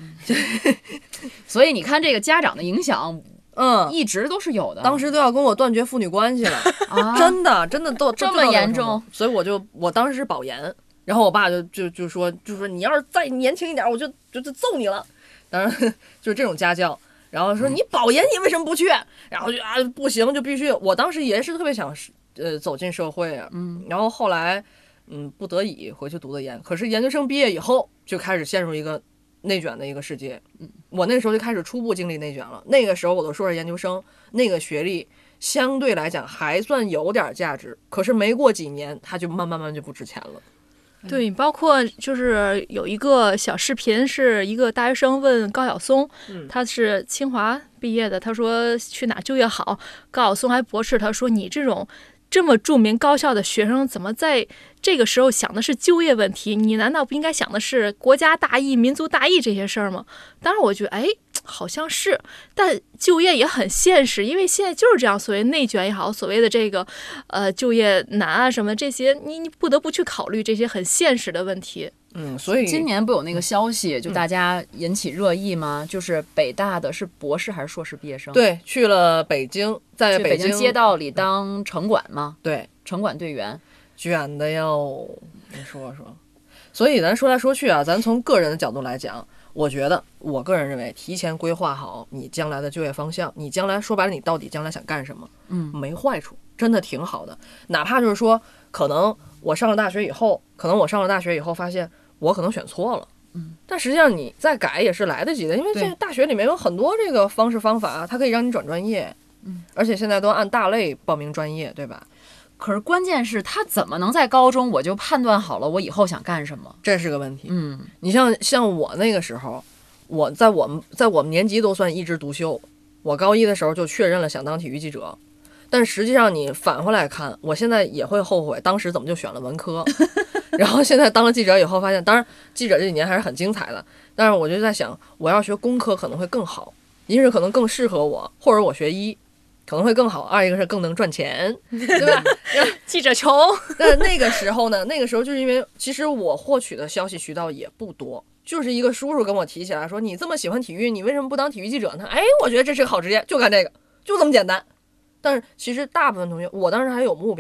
所以你看这个家长的影响，一直都是有的。 当时都要跟我断绝父女关系了，真的都这么严重。 所以我当时是保研，然后我爸就说你要是再年轻一点，我就揍你了。当然就是这种家教。然后说你保研你为什么不去？然后就不行，就必须。我当时也是特别想走进社会啊，然后后来不得已回去读的研。可是研究生毕业以后就开始陷入一个内卷的一个世界。我那时候就开始初步经历内卷了。那个时候我的硕士研究生那个学历相对来讲还算有点价值，可是没过几年它就慢慢就不值钱了。 对，包括就是有一个小视频，是一个大学生问高晓松，他是清华毕业的，他说去哪就业好，高晓松还驳斥他说你这么著名高校的学生，怎么在这个时候想的是就业问题？你难道不应该想的是国家大义、民族大义这些事儿吗？当然，我觉得好像是，但就业也很现实，因为现在就是这样，所谓内卷也好，所谓的这个就业难啊什么这些，你不得不去考虑这些很现实的问题。 所以今年不有那个消息，就大家引起热议吗？就是北大的是博士还是硕士毕业生？ 对，去了北京，在北京街道里当城管吗？ 对， 城管队员， 卷的哟。你说说，所以咱说来说去啊，咱从个人的角度来讲，我觉得我个人认为，提前规划好你将来的就业方向，你将来说白了，你到底将来想干什么，没坏处，真的挺好的。哪怕就是说，可能我上了大学以后发现我可能选错了，但实际上你再改也是来得及的，因为这大学里面有很多这个方式方法，它可以让你转专业，而且现在都按大类报名专业，对吧？ 可是关键是他怎么能在高中我就判断好了我以后想干什么？ 这是个问题。你像我那个时候，我在我们年级都算一枝独秀，我高一的时候就确认了想当体育记者。但实际上你返回来看，我现在也会后悔当时怎么就选了文科。然后现在当了记者以后发现，当然记者这几年还是很精彩的，但是我就在想，我要学工科可能会更好，一是可能更适合我，或者我学医可能会更好，二一个是更能赚钱，对吧？ 记者穷。 但那个时候就是因为其实我获取的消息渠道也不多，就是一个叔叔跟我提起来说，你这么喜欢体育，你为什么不当体育记者呢？我觉得这是个好职业，就干这个，就这么简单。但是其实大部分同学，我当时还有目标的，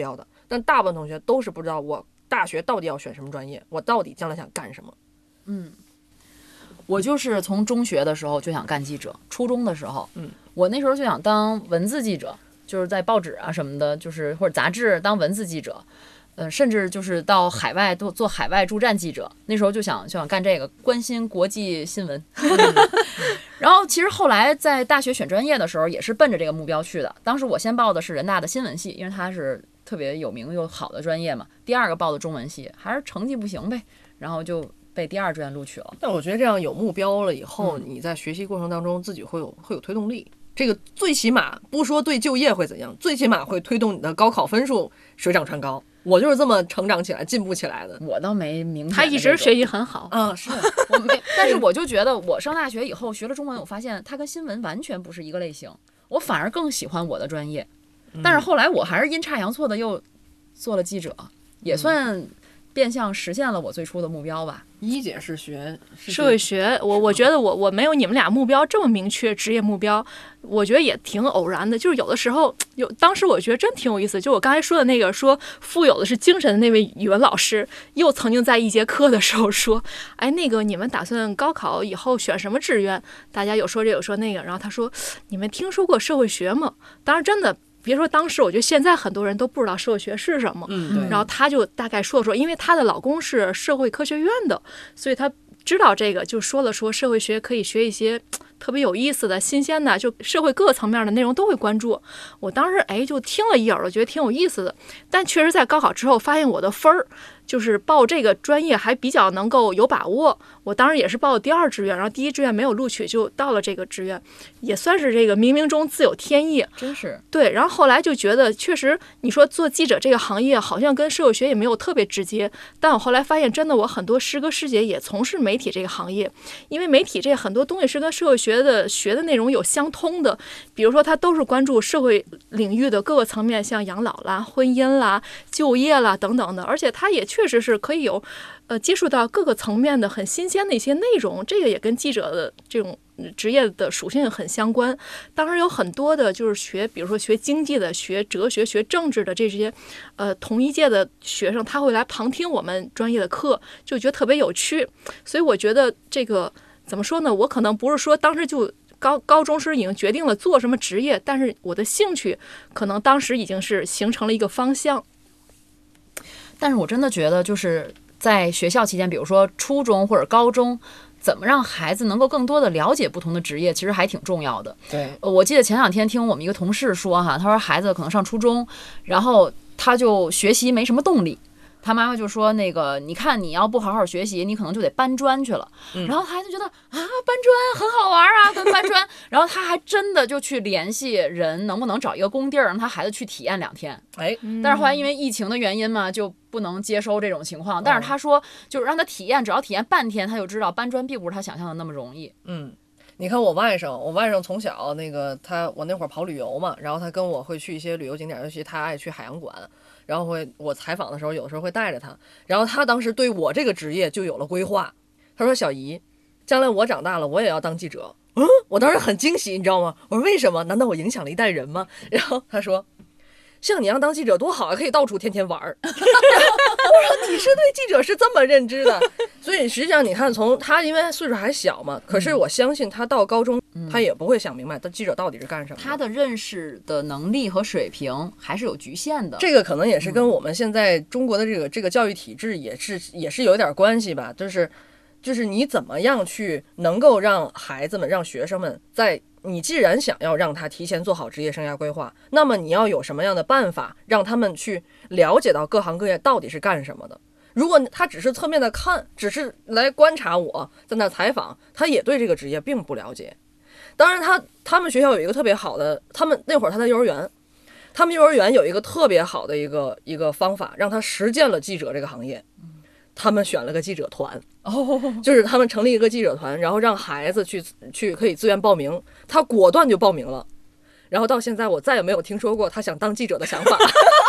但大部分同学都是不知道我大学到底要选什么专业，我到底将来想干什么。 我就是从中学的时候就想干记者，初中的时候，我那时候就想当文字记者，就是在报纸啊什么的，就是或者杂志当文字记者，甚至就是到海外做海外驻站记者。那时候就想干这个，关心国际新闻。然后其实后来在大学选专业的时候，也是奔着这个目标去的。当时我先报的是人大的新闻系，因为它是特别有名又好的专业嘛。第二个报的中文系，还是成绩不行呗，然后就被第二志愿录取了。 但我觉得这样有目标了以后，你在学习过程当中自己会有推动力。这个最起码不说对就业会怎样，最起码会推动你的高考分数水涨船高。我就是这么成长起来、进步起来的。 我倒没明显， 他一直学习很好啊，是我没，但是我就觉得我上大学以后学了中文，我发现它跟新闻完全不是一个类型，我反而更喜欢我的专业。但是后来我还是阴差阳错的又做了记者，也算变相实现了我最初的目标吧。 一姐是学社会学，我觉得我没有你们俩目标这么明确，职业目标，我觉得也挺偶然的。就是有的时候当时我觉得真挺有意思。就我刚才说的那个说富有的是精神的那位语文老师，又曾经在一节课的时候说，哎，那个你们打算高考以后选什么志愿？大家有说这有说那个，然后他说，你们听说过社会学吗？当然真的。别说当时，我觉得现在很多人都不知道社会学是什么。 对。 然后他就大概说，因为她的老公是社会科学院的，所以他知道这个，就说社会学可以学一些特别有意思的、新鲜的，就社会各个层面的内容都会关注。我当时就听了一耳朵，觉得挺有意思的。但确实在高考之后，发现我的分儿就是报这个专业还比较能够有把握。我当时也是报的第二志愿，然后第一志愿没有录取，就到了这个志愿，也算是这个冥冥中自有天意。 真是对。然后后来就觉得，确实你说做记者这个行业好像跟社会学也没有特别直接，但我后来发现，真的我很多师哥师姐也从事媒体这个行业，因为媒体这很多东西是跟社会学的学的内容有相通的。比如说，他都是关注社会领域的各个层面，像养老啦、婚姻啦、就业啦等等的，而且他也确实是可以有接触到各个层面的很新鲜的一些内容，这个也跟记者的这种职业的属性很相关。当然有很多的就是比如说学经济的、学哲学、学政治的这些同一届的学生，他会来旁听我们专业的课，就觉得特别有趣。所以我觉得这个怎么说呢？我可能不是说当时就高中时已经决定了做什么职业，但是我的兴趣可能当时已经是形成了一个方向。 但是我真的觉得，就是在学校期间，比如说初中或者高中，怎么让孩子能够更多的了解不同的职业，其实还挺重要的。 对， 我记得前两天听我们一个同事说哈，他说孩子可能上初中，然后他就学习没什么动力。他妈妈就说那个，你看你要不好好学习，你可能就得搬砖去了。然后孩子觉得啊，搬砖很好玩啊，搬砖。然后他还真的就去联系人，能不能找一个工地儿让他孩子去体验2天。但是后来因为疫情的原因嘛，就不能接收这种情况。但是他说，就是让他体验，只要体验半天，他就知道搬砖并不是他想象的那么容易。 你看我外甥从小我那会儿跑旅游嘛，然后他跟我会去一些旅游景点，尤其他爱去海洋馆。然后我采访的时候，有的时候会带着他，然后他当时对我这个职业就有了规划。他说：“小姨，将来我长大了，我也要当记者。”我当时很惊喜，你知道吗？我说：“为什么？难道我影响了一代人吗？”然后他说：“像你要当记者多好啊，可以到处天天玩儿。”我说：“你是对记者是这么认知的？”所以实际上你看，从他因为岁数还小嘛，可是我相信他到高中，他也不会想明白记者到底是干什么的。 他的认识的能力和水平还是有局限的。 这个可能也是跟我们现在中国的这个教育体制也是有点关系吧。就是你怎么样去能够让孩子们、让学生们在你既然想要让他提前做好职业生涯规划，那么你要有什么样的办法让他们去了解到各行各业到底是干什么的。如果他只是侧面的看，只是来观察我在那采访，他也对这个职业并不了解。当然他们学校有一个特别好的，他们那会儿他在幼儿园，他们幼儿园有一个特别好的一个方法，让他实践了记者这个行业。他们选了个记者团，就是他们成立一个记者团，然后让孩子去可以自愿报名，他果断就报名了。然后到现在我再也没有听说过他想当记者的想法。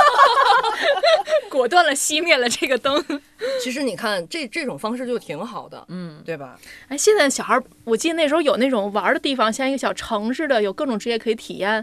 果断了熄灭了这个灯。 其实你看这种方式就挺好的，对吧？ 哎，现在小孩，我记得那时候有那种玩的地方，像一个小城似的，有各种职业可以体验。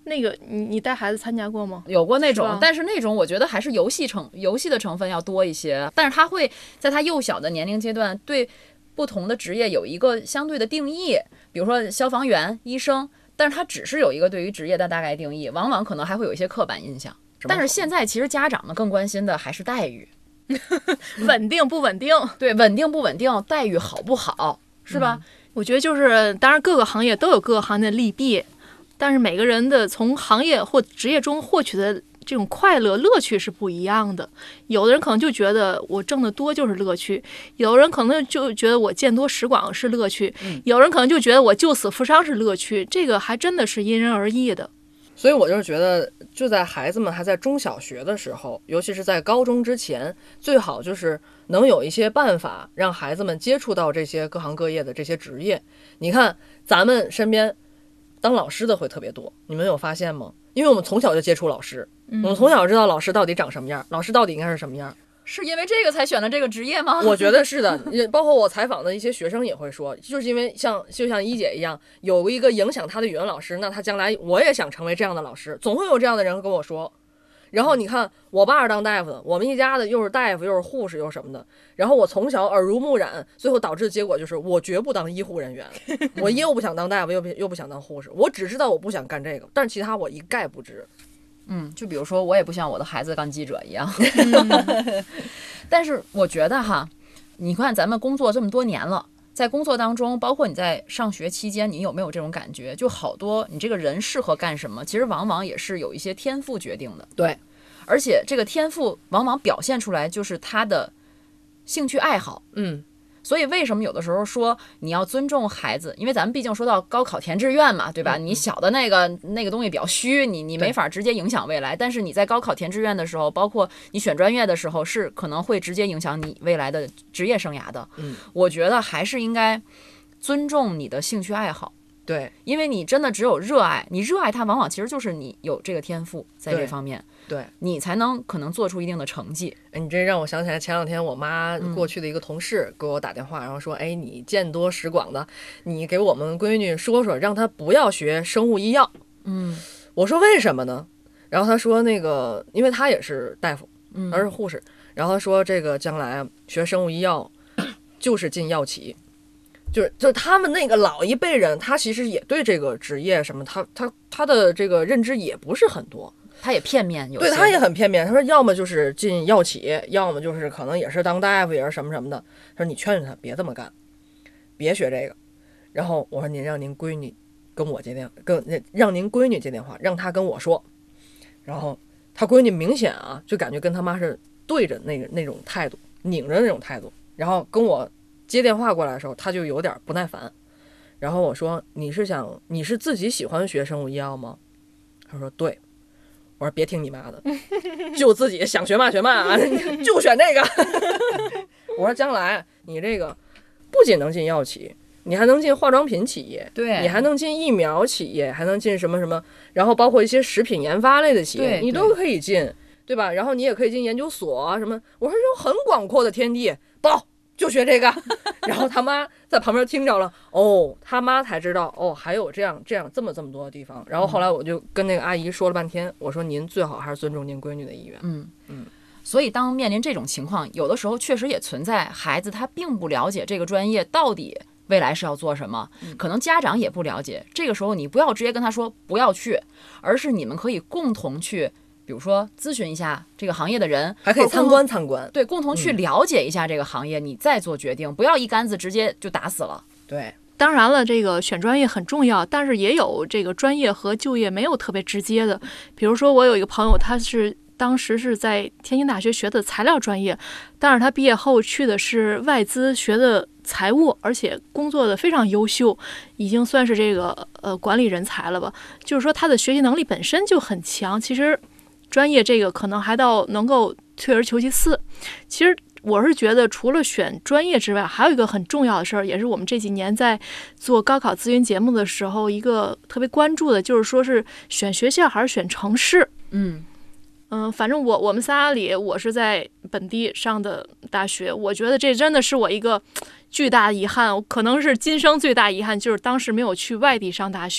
那个你带孩子参加过吗？ 有过那种是吧， 但是那种我觉得还是游戏的成分要多一些，但是他会在他幼小的年龄阶段对不同的职业有一个相对的定义，比如说消防员、医生，但是他只是有一个对于职业的大概定义，往往可能还会有一些刻板印象。但是现在其实家长们更关心的还是待遇， 稳定不稳定？ 对，稳定不稳定，待遇好不好，是吧？ 我觉得就是，当然各个行业都有各个行业的利弊，但是每个人的从行业或职业中获取的这种快乐乐趣是不一样的。有的人可能就觉得我挣得多就是乐趣，有的人可能就觉得我见多识广是乐趣，有人可能就觉得我救死扶伤是乐趣，这个还真的是因人而异的。 所以我就是觉得，就在孩子们还在中小学的时候，尤其是在高中之前，最好就是能有一些办法让孩子们接触到这些各行各业的这些职业。你看咱们身边当老师的会特别多，你们有发现吗？因为我们从小就接触老师，我们从小知道老师到底长什么样，老师到底应该是什么样。 是因为这个才选的这个职业吗？ 我觉得是的，也包括我采访的一些学生也会说，就是因为就像一姐一样，有一个影响他的语文老师，那他将来我也想成为这样的老师，总会有这样的人跟我说。然后你看，我爸是当大夫的，我们一家的又是大夫又是护士又是什么的，然后我从小耳濡目染，最后导致的结果就是我绝不当医护人员，我又不想当大夫，又不想当护士，我只知道我不想干这个，但是其他我一概不知。 就比如说我也不像我的孩子当记者一样，但是我觉得哈，你看咱们工作这么多年了，在工作当中，包括你在上学期间，你有没有这种感觉？就好多你这个人适合干什么，其实往往也是有一些天赋决定的。 对， 而且这个天赋往往表现出来就是他的兴趣爱好。所以为什么有的时候说你要尊重孩子？因为咱们毕竟说到高考填志愿嘛，对吧？你小的那个东西比较虚，你没法直接影响未来。但是你在高考填志愿的时候，包括你选专业的时候，是可能会直接影响你未来的职业生涯的。我觉得还是应该尊重你的兴趣爱好。 对， 因为你真的只有热爱，你热爱它，往往其实就是你有这个天赋在这方面， 对你才能可能做出一定的成绩。 你这让我想起来前两天我妈过去的一个同事给我打电话，然后说，哎，你见多识广的，你给我们闺女说说，让她不要学生物医药。我说为什么呢？然后她说那个，因为她也是大夫，而是护士，然后她说这个将来学生物医药就是进药企。就是他们那个老一辈人，他其实也对这个职业什么，他的这个认知也不是很多， 他也片面，有些对他也很片面。他说要么就是进药企，要么就是可能也是当大夫，也是什么什么的。他说你劝劝他别这么干，别学这个。然后我说您让您闺女跟我接电，让您闺女接电话，让她跟我说。然后他闺女明显啊，就感觉跟他妈是对着那种态度，拧着那种态度，然后跟我接电话过来的时候，他就有点不耐烦。然后我说你是自己喜欢学生物医药吗？他说对。我说别听你妈的，就自己想学嘛学嘛，就选这个。我说将来你这个不仅能进药企，你还能进化妆品企业， 对， 你还能进疫苗企业，还能进什么什么，然后包括一些食品研发类的企业，你都可以进，对吧？然后你也可以进研究所啊什么。我说有很广阔的天地，报就学这个。然后他妈在旁边听着了，他妈才知道还有这样这么多的地方。然后后来我就跟那个阿姨说了半天，我说您最好还是尊重您闺女的意愿。 所以当面临这种情况，有的时候确实也存在孩子他并不了解这个专业到底未来是要做什么，可能家长也不了解。这个时候你不要直接跟他说不要去，而是你们可以共同去，比如说咨询一下这个行业的人， 还可以参观参观， 对，共同去了解一下这个行业，你再做决定，不要一竿子直接就打死了。 对， 当然了，这个选专业很重要，但是也有这个专业和就业没有特别直接的。比如说我有一个朋友，他当时是在天津大学学的材料专业，但是他毕业后去的是外资学的财务，而且工作的非常优秀，已经算是这个管理人才了吧。就是说他的学习能力本身就很强，其实专业这个可能还到能够退而求其次。其实我是觉得除了选专业之外，还有一个很重要的事儿，也是我们这几年在做高考咨询节目的时候一个特别关注的，就是说是选学校还是选城市。反正我们仨里，我是在本地上的大学，我觉得这真的是我一个巨大的遗憾，可能是今生最大遗憾，就是当时没有去外地上大学。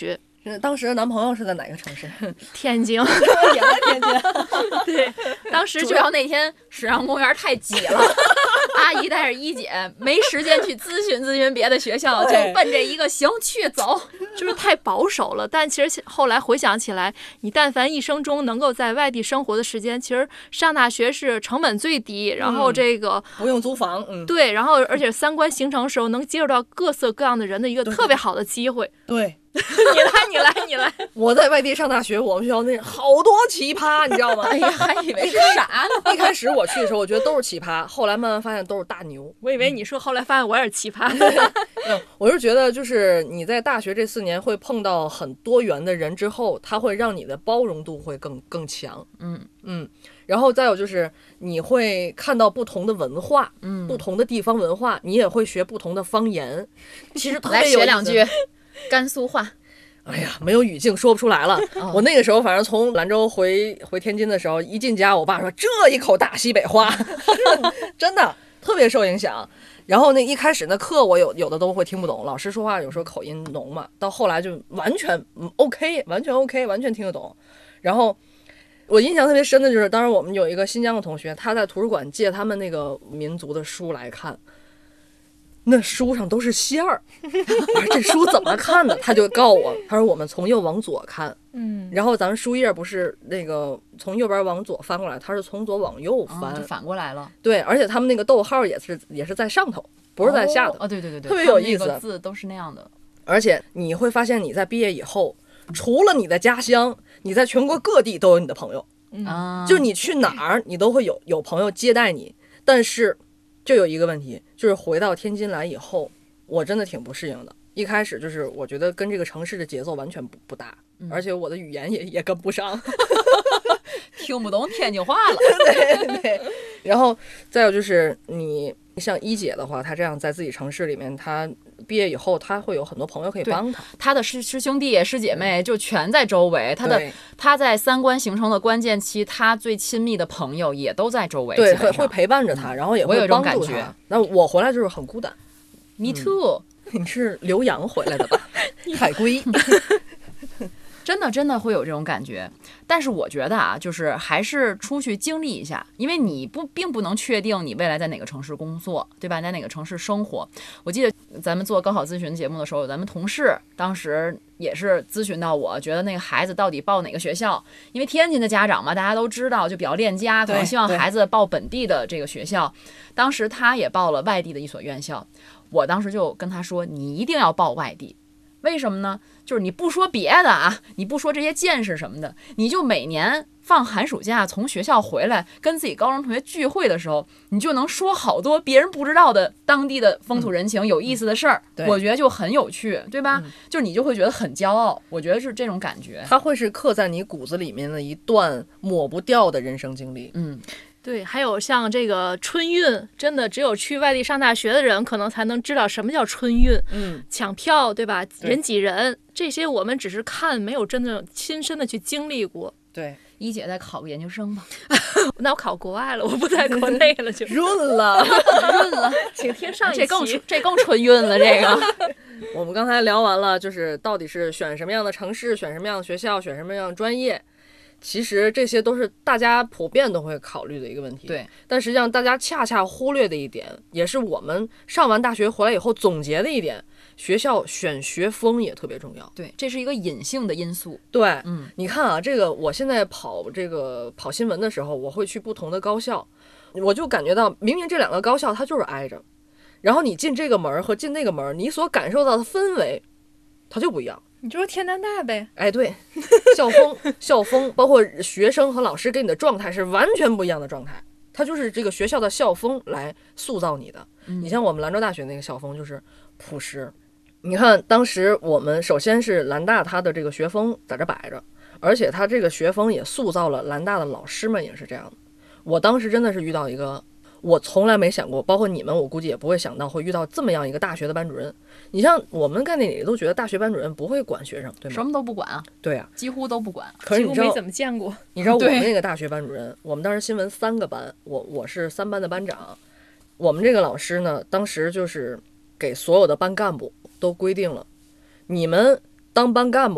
当时的男朋友是在哪个城市？ 天津， 也在天津。 对，当时主就要那天水上公园太挤了，阿姨带着一姐没时间去咨询别的学校，就奔这一个行去走。 就是太保守了。但其实后来回想起来，你但凡一生中能够在外地生活的时间，其实上大学是成本最低，然后这个不用租房， 对，然后而且三观形成的时候，能接触到各色各样的人的一个特别好的机会。 对。 你来， 我在外地上大学，我们学校那好多奇葩，你知道吗？ 哎呀，还以为是啥呢？ 一开始我去的时候，我觉得都是奇葩，后来慢慢发现都是大牛。 我以为你说后来发现我也是奇葩。 我是觉得，就是你在大学这4年会碰到很多元的人之后，他会让你的包容度会更强。然后再有就是你会看到不同的文化，不同的地方文化，你也会学不同的方言。其实特别来有意思学两句甘肃话。 哎呀，没有语境说不出来了。我那个时候反正从兰州回天津的时候，一进家，我爸说这一口大西北话，真的特别受影响。然后那一开始那课我有的都会听不懂，老师说话有时候口音浓嘛，到后来就完全 OK， 完全 OK， 完全听得懂。然后我印象特别深的就是，当时我们有一个新疆的同学，他在图书馆借他们那个民族的书来看。那书上都是线儿，我说这书怎么看的？他就告我，他说我们从右往左看，然后咱们书页不是那个从右边往左翻过来，他是从左往右翻， 就反过来了。 对，而且他们那个逗号也是在上头，不是在下头。 哦，对， 特别有意思， 字都是那样的。 而且你会发现，你在毕业以后，除了你的家乡，你在全国各地都有你的朋友，就你去哪儿，你都会有朋友接待你，但是。就有一个问题，就是回到天津来以后，我真的挺不适应的。一开始就是我觉得跟这个城市的节奏完全不搭，而且我的语言也跟不上， 听不懂天津话了。 对。然后再有就是你像一姐的话，她这样在自己城市里面，她毕业以后，她会有很多朋友可以帮她， 她的师兄弟师姐妹就全在周围，她在三观形成的关键期，她最亲密的朋友也都在周围， 对，会陪伴着她，然后也会帮助她。那我回来就是很孤单。 Me too， 你是留洋回来的吧？海归。 真的会有这种感觉，但是我觉得啊，就是还是出去经历一下，因为你并不能确定你未来在哪个城市工作，对吧？在哪个城市生活。我记得咱们做高考咨询节目的时候，咱们同事当时也是咨询到我，觉得那个孩子到底报哪个学校？因为天津的家长嘛，大家都知道，就比较恋家，可能希望孩子报本地的这个学校。当时他也报了外地的一所院校，我当时就跟他说，你一定要报外地。为什么呢？就是你不说别的啊，你不说这些见识什么的，你就每年放寒暑假从学校回来，跟自己高中同学聚会的时候，你就能说好多别人不知道的当地的风土人情、有意思的事儿，我觉得就很有趣，对吧？就是你就会觉得很骄傲，我觉得是这种感觉。 它会是刻在你骨子里面的一段抹不掉的人生经历。 对，还有像这个春运，真的只有去外地上大学的人，可能才能知道什么叫春运。抢票，对吧？人挤人，这些我们只是看，没有真的亲身的去经历过。 对， 一姐再考个研究生吧。 那我考国外了，我不在国内了，就润了， 请听上一期。 这更春运了，这个。 我们刚才聊完了，就是到底是选什么样的城市，选什么样的学校，选什么样的专业。其实这些都是大家普遍都会考虑的一个问题， 对。 但实际上大家恰恰忽略的一点，也是我们上完大学回来以后总结的一点，学校选学风也特别重要。 对，这是一个隐性的因素。 对，你看啊，这个我现在跑新闻的时候，我会去不同的高校，我就感觉到明明这2个高校它就是挨着，然后你进这个门和进那个门，你所感受到的氛围，它就不一样。 你就说天南大呗， 哎，对，校风，包括学生和老师给你的状态是完全不一样的状态，它就是这个学校的校风来塑造你的。你像我们兰州大学那个校风就是朴实，你看当时我们首先是兰大它的这个学风在这摆着，而且它这个学风也塑造了兰大的老师们也是这样的。我当时真的是遇到一个我从来没想过，包括你们我估计也不会想到会遇到这么样一个大学的班主任。你像我们概念里都觉得大学班主任不会管学生，对吗？ 什么都不管啊。 对啊， 几乎都不管。 可是你知道没怎么见过。 你知道我们那个大学班主任，我们当时新闻3个班，我是3班的班长。我们这个老师呢，当时就是给所有的班干部都规定了，你们当班干部的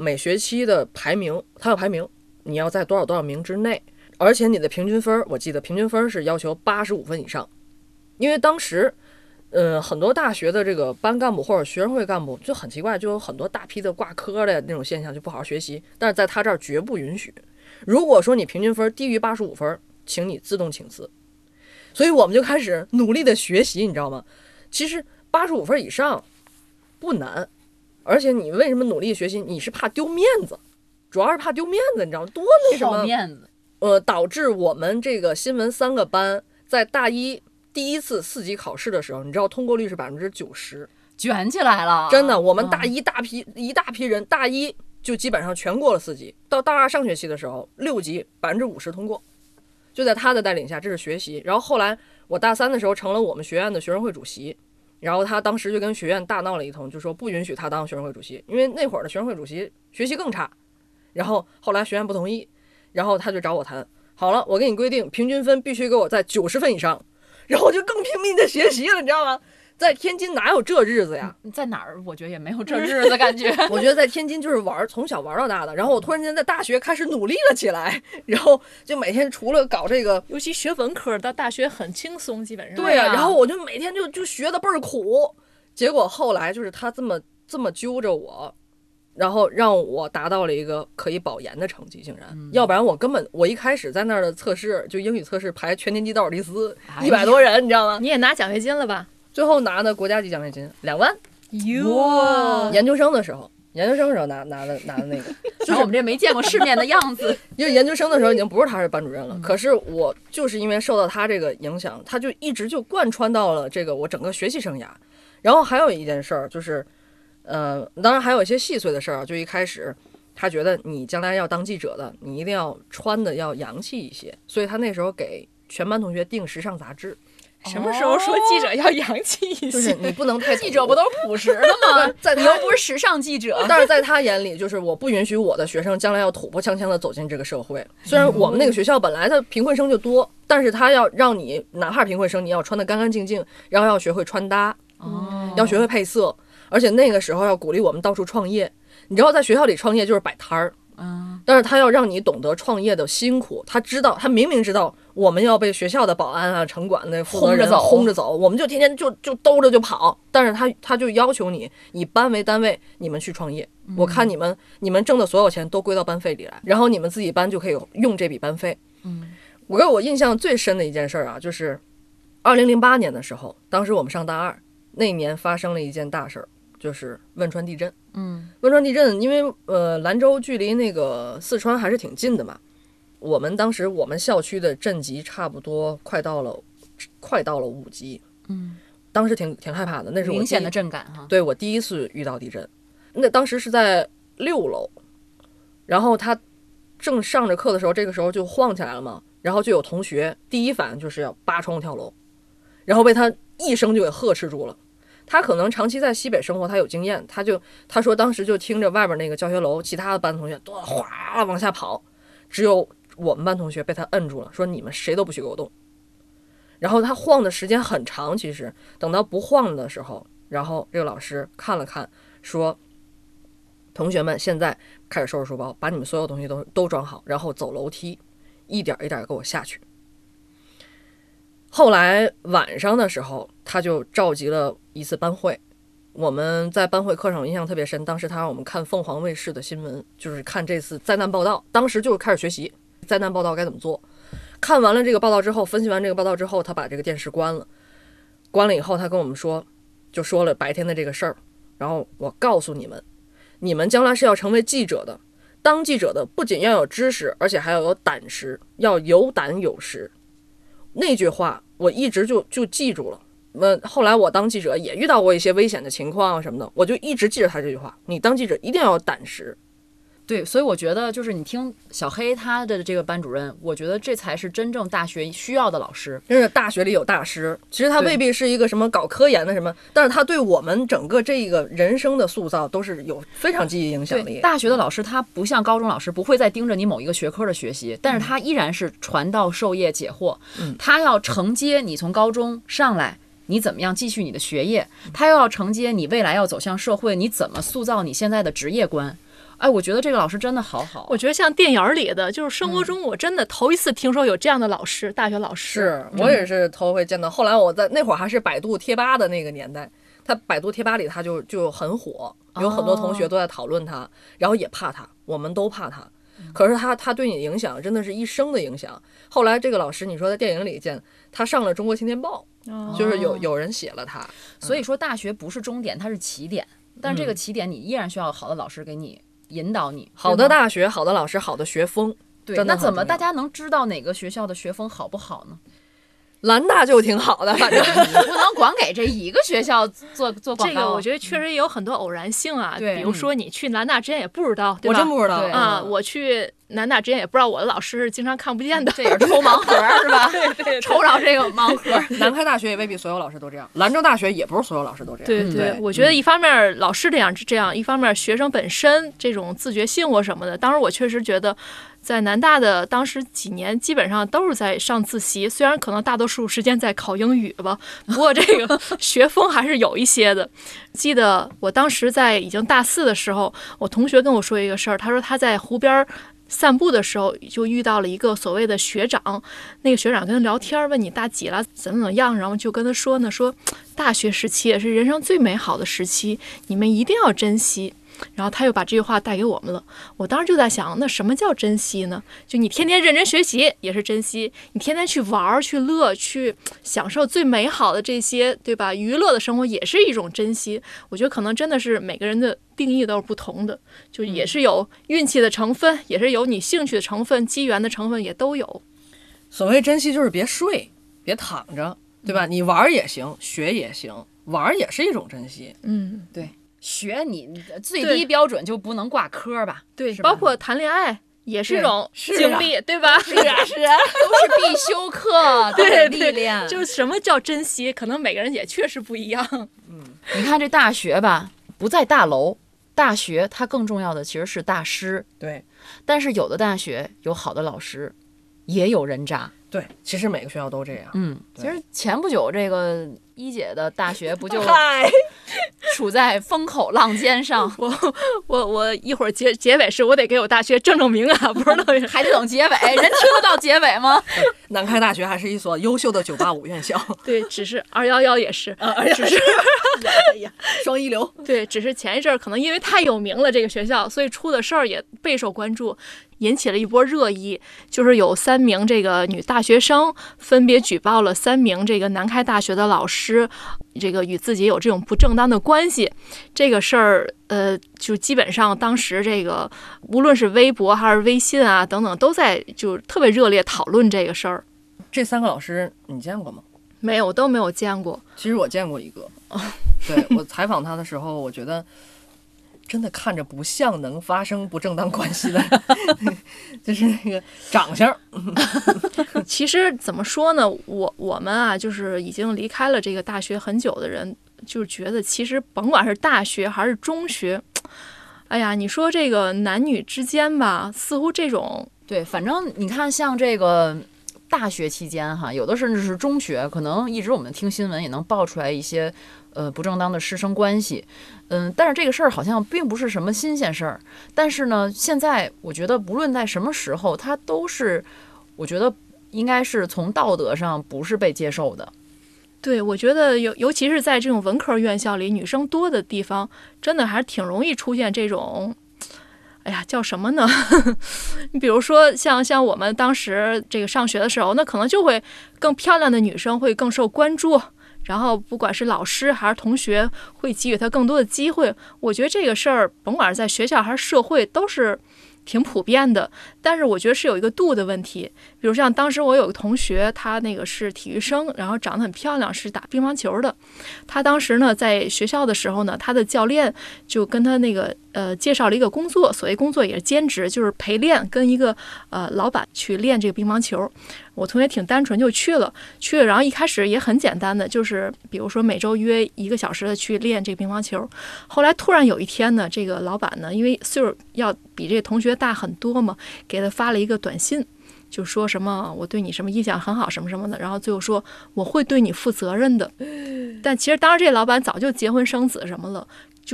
每学期的排名，它有排名，你要在多少多少名之内，而且你的平均分，我记得平均分是要求85分以上。因为当时很多大学的这个班干部或者学生会干部就很奇怪，就有很多大批的挂科的那种现象，就不好好学习，但是在他这儿绝不允许。如果说你平均分低于85分，请你自动请辞。所以我们就开始努力的学习，你知道吗？其实85分以上不难，而且你为什么努力学习？你是怕丢面子，主要是怕丢面子，你知道吗？多那什么好面子。 导致我们这个新闻3个班在大一第一次4级考试的时候，你知道通过率是90%， 卷起来了。 真的，我们大一一大批人，大一就基本上全过了4级，到大2上学期的时候，6级50%通过，就在他的带领下，这是学习。然后后来我大3的时候成了我们学院的学生会主席，然后他当时就跟学院大闹了一通，就说不允许他当学生会主席，因为那会儿的学生会主席学习更差。然后后来学院不同意，然后他就找我谈，好了，我给你规定平均分必须给我在90分以上，然后我就更拼命的学习了，你知道吗？在天津哪有这日子呀？ 在哪儿？我觉得也没有这日子感觉。 我觉得在天津就是玩，从小玩到大的。然后我突然间在大学开始努力了起来，然后就每天除了搞这个， 尤其学文科到大学很轻松，基本上。 对啊，然后我就每天就学的倍儿苦。结果后来就是他这么揪着我，然后让我达到了一个可以保研的成绩，竟然，要不然我一开始在那儿的测试就英语测试排全年级倒数第4，100多人，你知道吗？ 你也拿奖学金了吧？ 最后拿的国家级奖学金2万。 哇！ 研究生的时候拿的那个， 就是我们这没见过世面的样子。 因为研究生的时候已经不是他是班主任了，可是我就是因为受到他这个影响，他就一直就贯穿到了这个我整个学习生涯。然后还有一件事儿就是，当然还有一些细碎的事儿，就一开始他觉得你将来要当记者的，你一定要穿的要洋气一些，所以他那时候给全班同学订时尚杂志。 什么时候说记者要洋气一些？ 就是你不能太记者不都是朴实的吗？你又不是时尚记者。 但是在他眼里，就是我不允许我的学生将来要土破枪枪的走进这个社会。虽然我们那个学校本来的贫困生就多，但是他要让你哪怕贫困生，你要穿得干干净净，然后要学会穿搭，要学会配色，而且那个时候要鼓励我们到处创业。你知道，在学校里创业就是摆摊儿。但是他要让你懂得创业的辛苦，他明明知道我们要被学校的保安啊、城管的负责人轰着走，我们就天天就兜着就跑，但是他就要求你以班为单位，你们去创业，我看你们挣的所有钱都归到班费里来，然后你们自己班就可以用这笔班费。我给我印象最深的一件事啊，就是2008年的时候，当时我们上大2，那年发生了一件大事儿，就是汶川地震。汶川地震，因为兰州距离那个四川还是挺近的嘛。当时我们校区的震级差不多快到了5级。当时挺害怕的，那是我明显的震感哈。 对，我第一次遇到地震。那当时是在6楼，然后他正上着课的时候，这个时候就晃起来了嘛，然后就有同学第一反应就是要扒窗户跳楼，然后被他一声就给呵斥住了。他可能长期在西北生活，他有经验，他说当时就听着外边那个教学楼其他的班同学都哗往下跑，只有我们班同学被他摁住了，说你们谁都不许给我动。然后他晃的时间很长，其实等到不晃的时候，然后这个老师看了看，说同学们现在开始收拾书包，把你们所有东西都装好，然后走楼梯，一点一点给我下去。后来晚上的时候，他就召集了一次班会。我们在班会课上我印象特别深，当时他让我们看凤凰卫视的新闻，就是看这次灾难报道。当时就开始学习灾难报道该怎么做。看完了这个报道之后，分析完这个报道之后，他把这个电视关了。关了以后，他跟我们说，就说了白天的这个事儿。然后我告诉你们，你们将来是要成为记者的。当记者的不仅要有知识，而且还要有胆识，要有胆有识。那句话我一直就记住了。后来我当记者也遇到过一些危险的情况什么的，我就一直记着他这句话：你当记者一定要有胆识。 对，所以我觉得就是你听小黑他的这个班主任，我觉得这才是真正大学需要的老师。 真是大学里有大师，其实他未必是一个什么搞科研的什么，但是他对我们整个这个人生的塑造都是有非常积极影响力。 大学的老师他不像高中老师不会再盯着你某一个学科的学习，但是他依然是传道授业解惑，他要承接你从高中上来你怎么样继续你的学业，他又要承接你未来要走向社会，你怎么塑造你现在的职业观。 哎，我觉得这个老师真的好好。 我觉得像电影里的，就是生活中我真的头一次听说有这样的老师，大学老师。 是我也是头回见到。后来我在那会儿还是百度贴吧的那个年代，他百度贴吧里他就很火，有很多同学都在讨论他，然后也怕他，我们都怕他。可是他对你的影响真的是一生的影响。后来这个老师，你说在电影里见他上了《中国青年报》，就是有人写了他。 所以说大学不是终点，它是起点，但是这个起点你依然需要好的老师给你引导你。 好的大学、好的老师、好的学风。 对，那怎么大家能知道哪个学校的学风好不好呢？ 兰大就挺好的，反正你不能光给这一个学校做广告。 这个我觉得确实也有很多偶然性啊。 对， 比如说你去兰大之前也不知道，对吧？ 我真不知道啊。我去南大之前也不知道我的老师是经常看不见的， 这也是抽盲盒是吧？ 对， 抽着这个盲盒。 南开大学也未必所有老师都这样，兰州大学也不是所有老师都这样。对，我觉得一方面老师这样，一方面学生本身这种自觉性或什么的。当时我确实觉得，在南大的当时几年基本上都是在上自习，虽然可能大多数时间在考英语吧，不过这个学风还是有一些的。记得我当时在已经大4的时候，我同学跟我说一个事儿，他说他在湖边散步的时候就遇到了一个所谓的学长，那个学长跟他聊天，问你大几了，怎么样，然后就跟他说呢，说大学时期也是人生最美好的时期，你们一定要珍惜。然后他又把这句话带给我们了。我当时就在想，那什么叫珍惜呢？就你天天认真学习也是珍惜，你天天去玩去乐去享受最美好的这些，对吧？娱乐的生活也是一种珍惜。我觉得可能真的是每个人的定义都是不同的，就也是有运气的成分，也是有你兴趣的成分，机缘的成分也都有。 所谓珍惜就是别睡，别躺着，对吧？你玩也行，学也行，玩也是一种珍惜。 对。学你最低标准就不能挂科吧？ 对，包括谈恋爱也是一种经历，对吧？ 是啊，都是必修课，都得历练。 就是什么叫珍惜，可能每个人也确实不一样。 你看这大学吧，不在大楼，大学它更重要的其实是大师。 对， 但是有的大学有好的老师，也有人渣。 对，其实每个学校都这样。 其实前不久这个一姐的大学不就处在风口浪尖上？ 我一会儿结尾是我得给我大学正名啊，不是还得等结尾，人听得到结尾吗？ 南开大学还是一所优秀的985院校。 对，只是211也是，只是双一流。 对，只是前一阵可能因为太有名了，这个学校，所以出的事儿也备受关注。引起了一波热议，就是有3名这个女大学生分别举报了3名这个南开大学的老师，这个与自己有这种不正当的关系。这个事儿，就基本上当时这个无论是微博还是微信啊等等，都在就特别热烈讨论这个事儿。 这3个老师你见过吗？ 没有，我都没有见过。 其实我见过一个，对，我采访他的时候，我觉得。真的看着不像能发生不正当关系的，就是那个长相。 其实怎么说呢，我们啊，就是已经离开了这个大学很久的人，就觉得其实甭管是大学还是中学，哎呀，你说这个男女之间吧，似乎这种对，反正你看像这个。大学期间哈，有的甚至是中学，可能一直我们听新闻也能爆出来一些不正当的师生关系，但是这个事儿好像并不是什么新鲜事儿。但是呢，现在我觉得不论在什么时候，它都是我觉得应该是从道德上不是被接受的。 对，我觉得尤其是在这种文科院校里，女生多的地方，真的还是挺容易出现这种。哎呀，叫什么呢？你比如说像我们当时这个上学的时候，那可能就会更漂亮的女生会更受关注，然后不管是老师还是同学会给予她更多的机会。我觉得这个事儿，甭管是在学校还是社会，都是挺普遍的。但是我觉得是有一个度的问题。比如像当时我有个同学，她那个是体育生，然后长得很漂亮，是打乒乓球的。她当时呢在学校的时候呢，她的教练就跟她那个介绍了一个工作，所谓工作也是兼职，就是陪练，跟一个老板去练这个乒乓球。我同学挺单纯就去了，然后一开始也很简单的，就是比如说每周约1个小时的去练这个乒乓球。后来突然有一天呢，这个老板呢，因为岁数要比这个同学大很多嘛，给他发了一个短信，就说什么我对你什么印象很好什么什么的，然后最后说我会对你负责任的。但其实当时这老板早就结婚生子什么了，就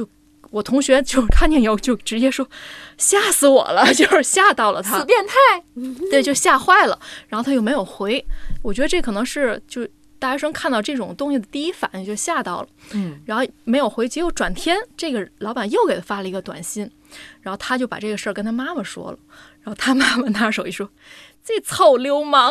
我同学就看见以后就直接说吓死我了，就是吓到了他， 死变态。 对，就吓坏了，然后他又没有回。我觉得这可能是就大学生看到这种东西的第一反应就吓到了，然后没有回，结果转天这个老板又给他发了一个短信，然后他就把这个事儿跟他妈妈说了，然后他妈妈拿着手机说这臭流氓。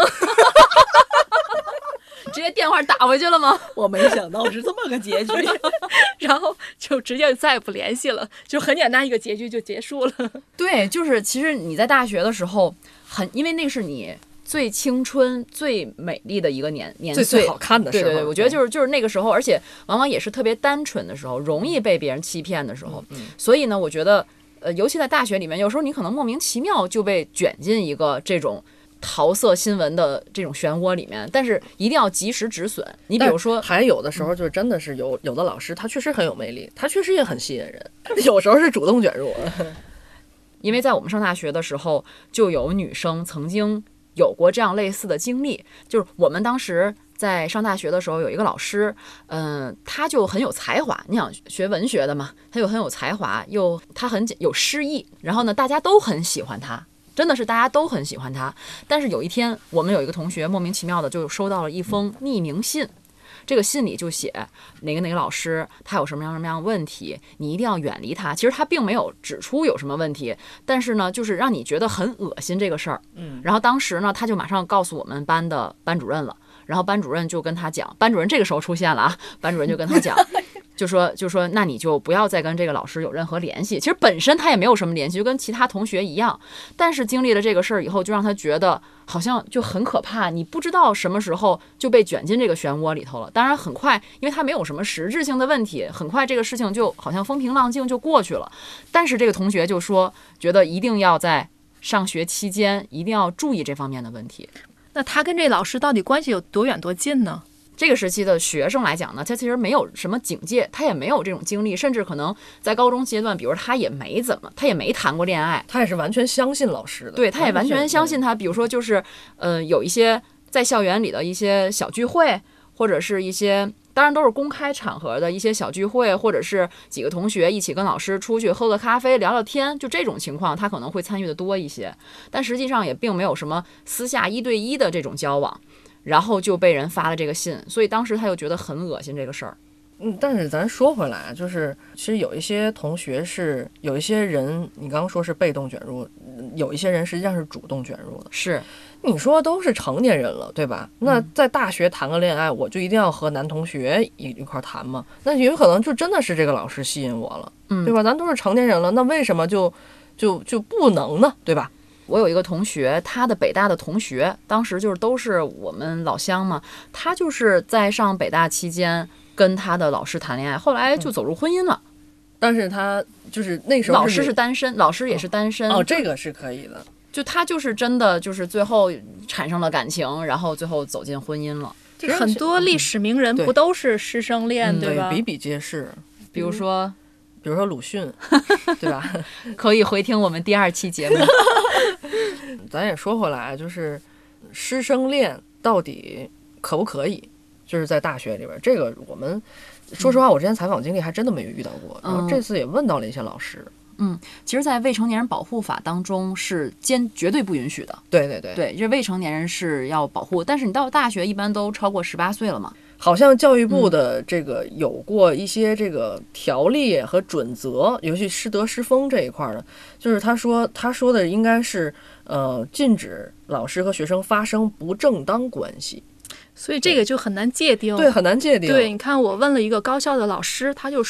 直接电话打回去了吗？ 我没想到是这么个结局。 然后就直接再也不联系了，就很简单一个结局就结束了。 对，就是其实你在大学的时候因为那是你最青春、最美丽的一个年岁， 最好看的时候。 对，我觉得就是那个时候，而且往往也是特别单纯的时候，容易被别人欺骗的时候。所以呢，我觉得尤其在大学里面，有时候你可能莫名其妙就被卷进一个这种桃色新闻的这种漩涡里面，但是一定要及时止损。你比如说， 还有的时候就真的是有的老师他确实很有魅力，他确实也很吸引人，有时候是主动卷入。 因为在我们上大学的时候，就有女生曾经有过这样类似的经历，就是我们当时在上大学的时候，有一个老师，他就很有才华。你想学文学的嘛，他又很有才华，他很有诗意，然后呢，大家都很喜欢他。真的是大家都很喜欢他，但是有一天，我们有一个同学莫名其妙的就收到了一封匿名信，这个信里就写哪个老师他有什么样的问题，你一定要远离他。其实他并没有指出有什么问题，但是呢，就是让你觉得很恶心这个事儿。然后当时呢，他就马上告诉我们班的班主任了，然后班主任就跟他讲，班主任这个时候出现了啊，班主任就跟他讲。就说，那你就不要再跟这个老师有任何联系。其实本身他也没有什么联系，就跟其他同学一样。但是经历了这个事儿以后，就让他觉得好像就很可怕。你不知道什么时候就被卷进这个漩涡里头了。当然很快，因为他没有什么实质性的问题，很快这个事情就好像风平浪静就过去了。但是这个同学就说，觉得一定要在上学期间一定要注意这方面的问题。 那他跟这老师到底关系有多远多近呢？ 这个时期的学生来讲呢，他其实没有什么警戒，他也没有这种经历，甚至可能在高中阶段，比如他也没谈过恋爱， 他也是完全相信老师的， 对，他也完全相信他。比如说就是有一些在校园里的一些小聚会，或者是一些当然都是公开场合的一些小聚会，或者是几个同学一起跟老师出去喝个咖啡聊聊天，就这种情况他可能会参与的多一些，但实际上也并没有什么私下1对1的这种交往。然后就被人发了这个信，所以当时他又觉得很恶心这个事儿。 但是咱说回来，就是其实有一些同学是有一些人，你刚刚说是被动卷入，有一些人实际上是主动卷入的。 是， 你说都是成年人了，对吧？那在大学谈个恋爱，我就一定要和男同学一块谈吗？那有可能就真的是这个老师吸引我了，对吧？咱都是成年人了，那为什么就不能呢？对吧？ 我有一个同学，他的北大的同学，当时就是都是我们老乡嘛，他就是在上北大期间跟他的老师谈恋爱，后来就走入婚姻了。 但是他就是那时候老师是单身，老师也是单身。 这个是可以的。 就他就是真的就是最后产生了感情，然后最后走进婚姻了。 这很多历史名人不都是师生恋，对吧？ 比比皆是。 比如说鲁迅，对吧？ 可以回听我们第2期节目。 咱也说回来，就是师生恋到底可不可以？就是在大学里边，这个我们说实话，我之前采访经历还真的没有遇到过。然后这次也问到了一些老师。 其实，在未成年人保护法当中是绝对不允许的。 对， 这未成年人是要保护，但是你到大学一般都超过18岁了嘛。 好像教育部的这个有过一些这个条例和准则，尤其师德师风这一块的，就是他说的应该是禁止老师和学生发生不正当关系， 所以这个就很难界定。 对，很难界定。 对，你看我问了一个高校的老师，他就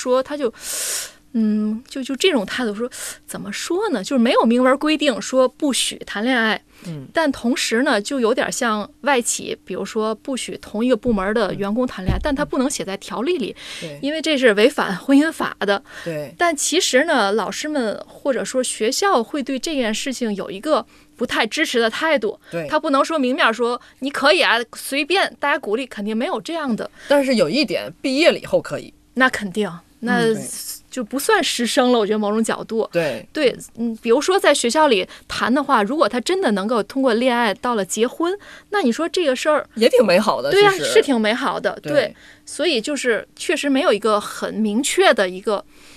这种态度，说怎么说呢？就是没有明文规定说不许谈恋爱，但同时呢，就有点像外企，比如说不许同一个部门的员工谈恋爱，但他不能写在条例里，因为这是违反婚姻法的。 对。 但其实呢，老师们或者说学校会对这件事情有一个不太支持的态度。 对。 他不能说明面说你可以啊，随便，大家鼓励，肯定没有这样的。 但是有一点，毕业了以后可以。 那肯定，那。就不算师生了，我觉得某种角度， 对， 比如说在学校里谈的话，如果他真的能够通过恋爱到了结婚，那你说这个事儿也挺美好的， 对呀，是挺美好的，对，所以就是确实没有一个很明确的一个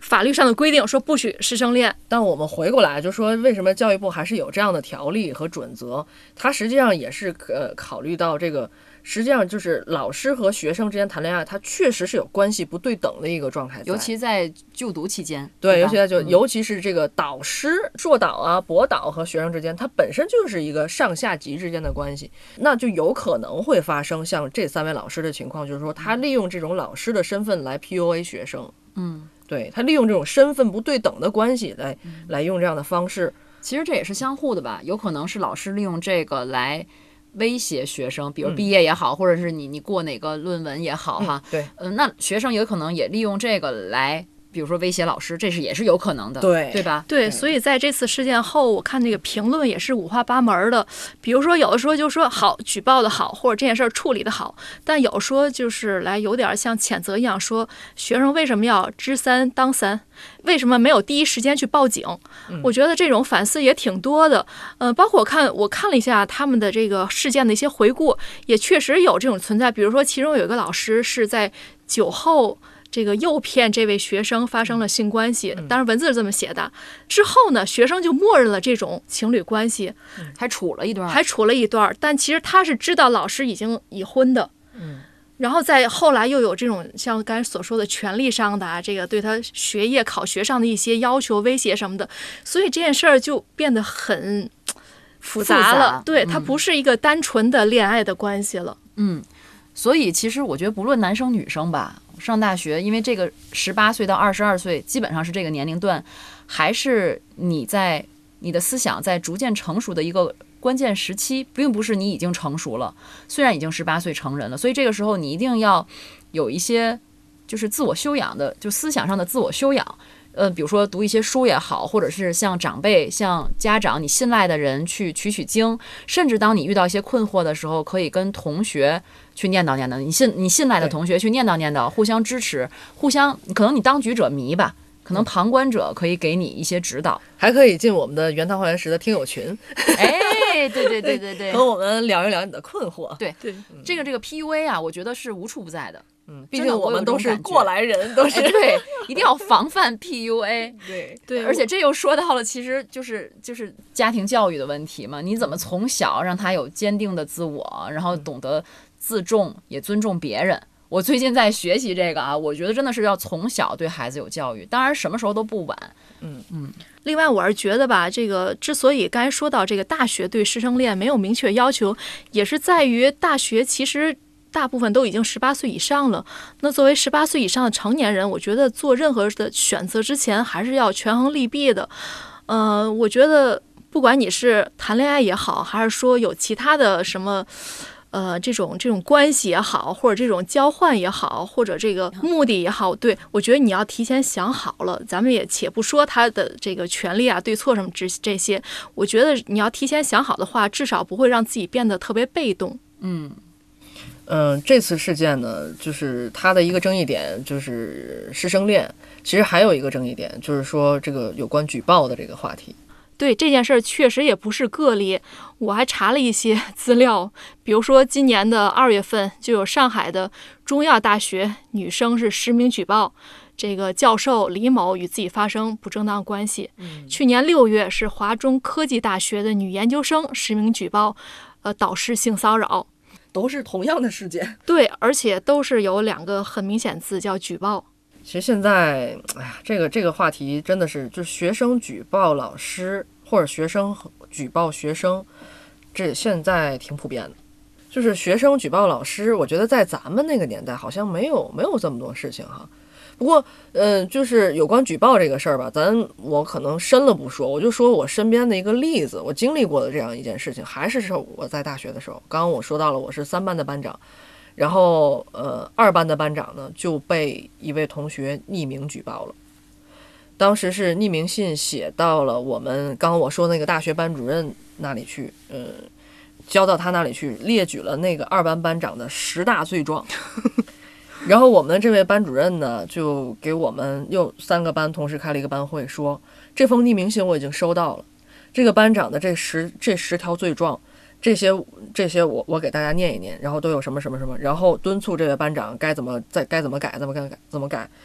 法律上的规定说不许师生恋。 但我们回过来就说，为什么教育部还是有这样的条例和准则？它实际上也是考虑到这个，实际上就是老师和学生之间谈恋爱，它确实是有关系不对等的一个状态在， 尤其在就读期间。 对， 吧尤其在尤其是这个导师、硕导啊、博导和学生之间，它本身就是一个上下级之间的关系，那就有可能会发生像这3位老师的情况，就是说他利用这种老师的身份来 PUA 学生。对，他利用这种身份不对等的关系来用这样的方式。 其实这也是相互的吧，有可能是老师利用这个来威胁学生，比如毕业也好，或者是你过哪个论文也好哈。 对， 那学生有可能也利用这个来，比如说威胁老师，这是也是有可能的，对吧？ 对，所以在这次事件后，我看那个评论也是五花八门的。比如说，有的说就说好，举报的好，或者这件事儿处理的好，但有说就是来有点像谴责一样，说学生为什么要知三当三，为什么没有第一时间去报警？我觉得这种反思也挺多的。包括我看了一下他们的这个事件的一些回顾，也确实有这种存在。比如说，其中有一个老师是在酒后这个诱骗这位学生发生了性关系，当然文字是这么写的。之后呢，学生就默认了这种情侣关系， 还处了一段， 但其实他是知道老师已婚的。然后再后来又有这种像刚才所说的权利上的这个对他学业考学上的一些要求、威胁什么的，所以这件事儿就变得很复杂了。对，它不是一个单纯的恋爱的关系了。 所以其实我觉得不论男生女生吧，上大学，因为这个18岁到22岁基本上是这个年龄段，还是你的思想在逐渐成熟的一个关键时期，并不是你已经成熟了，虽然已经18岁成人了，所以这个时候你一定要有一些就是自我修养的，就思想上的自我修养。比如说读一些书也好，或者是向长辈、向家长你信赖的人去取经，甚至当你遇到一些困惑的时候，可以跟同学去念叨念叨，你信赖的同学去念叨念叨，互相支持，可能你当局者迷吧，可能旁观者可以给你一些指导， 还可以进我们的原汤化原食的听友群。 对， 和我们聊一聊你的困惑。 对，这个 PUA 啊，我觉得是无处不在的。 毕竟我们都是过来人，都是对，一定要防范 PUA。 对， 而且这又说到了，其实就是家庭教育的问题嘛。你怎么从小让他有坚定的自我，然后懂得自重，也尊重别人？我最近在学习这个啊，我觉得真的是要从小对孩子有教育，当然什么时候都不晚。 另外，我是觉得吧，这个之所以刚才说到这个大学对师生恋没有明确要求，也是在于大学其实大部分都已经18岁以上了。那作为18岁以上的成年人，我觉得做任何的选择之前还是要权衡利弊的。我觉得不管你是谈恋爱也好，还是说有其他的什么这种关系也好，或者这种交换也好，或者这个目的也好，对，我觉得你要提前想好了。咱们也且不说他的这个权利啊、对错什么这些，我觉得你要提前想好的话，至少不会让自己变得特别被动。 这次事件呢，就是它的一个争议点就是师生恋，其实还有一个争议点就是说这个有关举报的这个话题。 对，这件事儿确实也不是个例，我还查了一些资料，比如说今年的2月份就有上海的中药大学女生是实名举报这个教授李某与自己发生不正当关系。去年6月是华中科技大学的女研究生实名举报导师性骚扰。 都是同样的事件。 对，而且都是有2个很明显字叫举报。 其实现在，这个话题真的是，就是学生举报老师或者学生举报学生，这现在挺普遍的。就是学生举报老师，我觉得在咱们那个年代好像没有这么多事情哈。不过，就是有关举报这个事儿吧，我可能深了不说，我就说我身边的一个例子，我经历过的这样一件事情，还是我在大学的时候。刚刚我说到了，我是3班的班长，然后2班的班长呢就被一位同学匿名举报了。当时是匿名信写到了我们刚刚我说那个大学班主任那里去，交到他那里去，列举了那个2班班长的10大罪状。然后我们这位班主任呢，就给我们又3个班同时开了一个班会，说这封匿名信我已经收到了，这个班长的这10条罪状，这些我给大家念一念，然后都有什么什么什么，然后敦促这位班长该怎么改。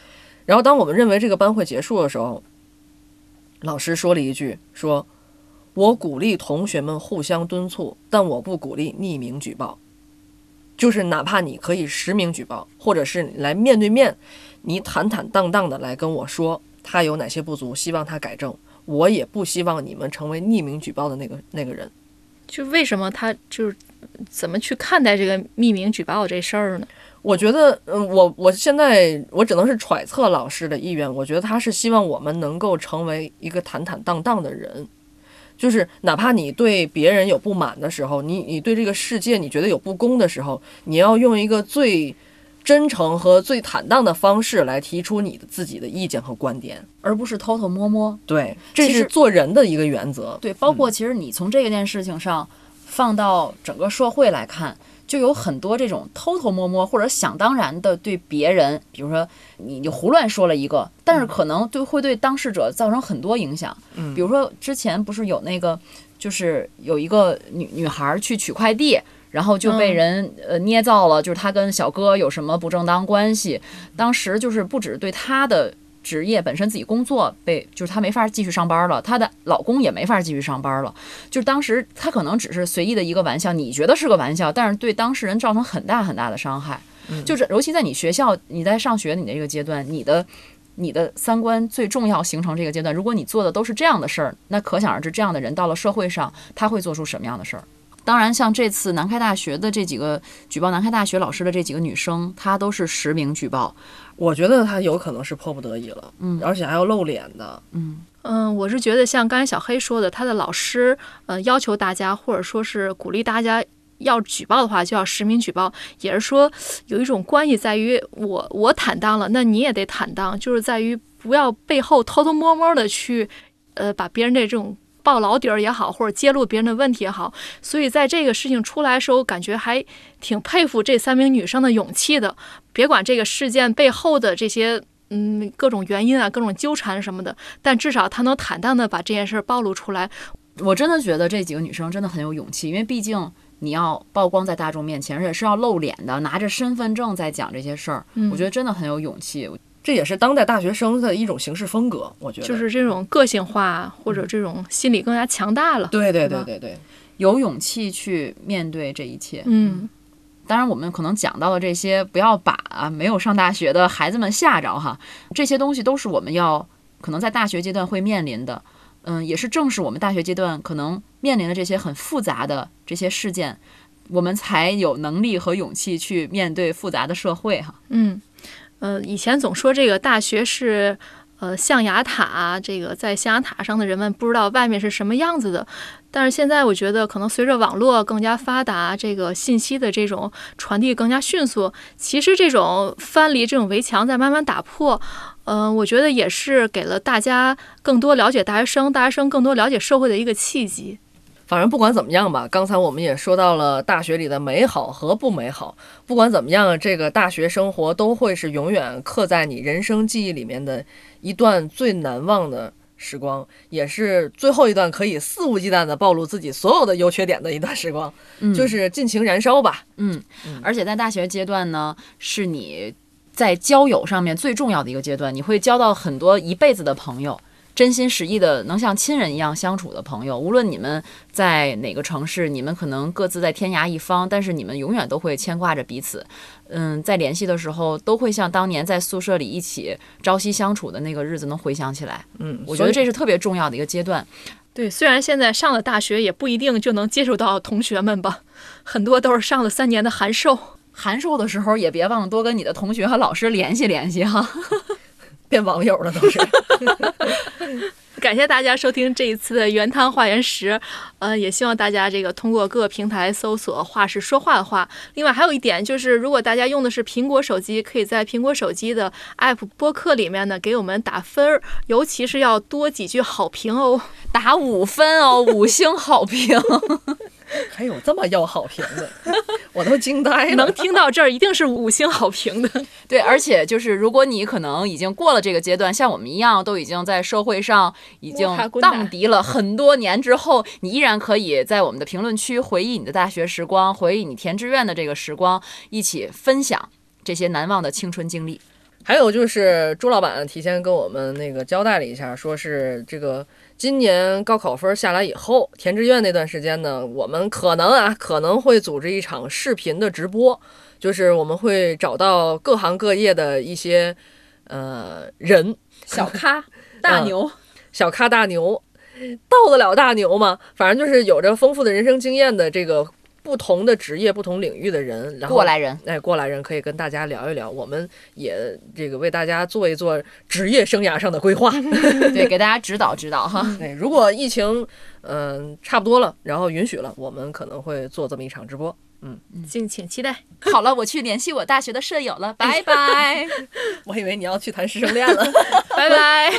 然后当我们认为这个班会结束的时候，老师说了一句，说我鼓励同学们互相敦促，但我不鼓励匿名举报。就是哪怕你可以实名举报，或者是来面对面，你坦坦荡荡的来跟我说他有哪些不足，希望他改正，我也不希望你们成为匿名举报的那个人。 就为什么他就是怎么去看待这个匿名举报这事儿呢？ 我觉得，我现在我只能是揣测老师的意愿。我觉得他是希望我们能够成为一个坦坦荡荡的人，就是哪怕你对别人有不满的时候，你对这个世界你觉得有不公的时候，你要用一个最真诚和最坦荡的方式来提出你的自己的意见和观点， 而不是偷偷摸摸。 对，这是做人的一个原则。 对，包括其实你从这件事情上放到整个社会来看，就有很多这种偷偷摸摸或者想当然的对别人，比如说你胡乱说了一个，但是可能会对当事者造成很多影响。比如说之前不是有那个，就是有一个女孩去取快递，然后就被人捏造了，就是她跟小哥有什么不正当关系。当时就是不止对她的职业本身自己工作就是她没法继续上班了，她的老公也没法继续上班了。就是当时她可能只是随意的一个玩笑，你觉得是个玩笑，但是对当事人造成很大很大的伤害。就是尤其在你学校，你在上学你的这个阶段，你的三观最重要形成这个阶段，如果你做的都是这样的事儿，那可想而知这样的人到了社会上他会做出什么样的事儿。当然像这次南开大学的这几个举报南开大学老师的这几个女生，她都是实名举报。 我觉得她有可能是迫不得已了，而且还要露脸的。 我是觉得像刚才小黑说的，他的老师要求大家或者说是鼓励大家要举报的话就要实名举报，也是说有一种关系在于我坦荡了，那你也得坦荡，就是在于不要背后偷偷摸摸的去把别人的这种爆老底儿也好，或者揭露别人的问题也好。所以在这个事情出来的时候，感觉还挺佩服这3名女生的勇气的。别管这个事件背后的这些各种原因啊，各种纠缠什么的，但至少她能坦荡的把这件事暴露出来。 我真的觉得这几个女生真的很有勇气，因为毕竟你要曝光在大众面前，而且是要露脸的，拿着身份证在讲这些事儿，我觉得真的很有勇气。 这也是当代大学生的一种行事风格，我觉得就是这种个性化或者这种心理更加强大了。 对， 有勇气去面对这一切。当然我们可能讲到的这些，不要把没有上大学的孩子们吓着哈，这些东西都是我们要可能在大学阶段会面临的。也是正是我们大学阶段可能面临的这些很复杂的这些事件，我们才有能力和勇气去面对复杂的社会哈。 以前总说这个大学是象牙塔，这个在象牙塔上的人们不知道外面是什么样子的。但是现在我觉得可能随着网络更加发达，这个信息的这种传递更加迅速，其实这种藩篱这种围墙在慢慢打破。我觉得也是给了大家更多了解大学生更多了解社会的一个契机。 反正不管怎么样吧，刚才我们也说到了大学里的美好和不美好。不管怎么样，这个大学生活都会是永远刻在你人生记忆里面的一段最难忘的时光，也是最后一段可以肆无忌惮地暴露自己所有的优缺点的一段时光，就是尽情燃烧吧。 而且在大学阶段呢，是你在交友上面最重要的一个阶段，你会交到很多一辈子的朋友，真心实意的能像亲人一样相处的朋友。无论你们在哪个城市，你们可能各自在天涯一方，但是你们永远都会牵挂着彼此。在联系的时候都会像当年在宿舍里一起朝夕相处的那个日子能回想起来。我觉得这是特别重要的一个阶段。 对，虽然现在上了大学也不一定就能接触到同学们吧，很多都是上了3年的函授。 函授的时候也别忘了多跟你的同学和老师联系联系哈。 变网友了都是。 感谢大家收听这一次的原汤化原食，也希望大家这个通过各个平台搜索话是说话的话。另外还有一点就是，如果大家用的是苹果手机，可以在苹果手机的 App 播客里面呢给我们打分，尤其是要多几句好评哦， 打5分哦，5星好评。 还有这么要好评的，我都惊呆了。 能听到这儿一定是5星好评的。 对，而且就是如果你可能已经过了这个阶段，像我们一样都已经在社会上已经荡涤了很多年之后，你依然可以在我们的评论区回忆你的大学时光，回忆你填志愿的这个时光，一起分享这些难忘的青春经历。 还有就是朱老板提前跟我们那个交代了一下，说是这个今年高考分下来以后，填志愿那段时间呢，我们可能会组织一场视频的直播，就是我们会找到各行各业的一些人， 小咖大牛， 小咖大牛，到得了大牛吗？反正就是有着丰富的人生经验的这个不同的职业、不同领域的人，然后过来人， 过来人可以跟大家聊一聊，我们也这个为大家做一做职业生涯上的规划， 对，给大家指导指导哈。 对，如果疫情差不多了，然后允许了，我们可能会做这么一场直播。 敬请期待。 好了，我去联系我大学的舍友了，拜拜。 我以为你要去谈师生恋了， 拜拜。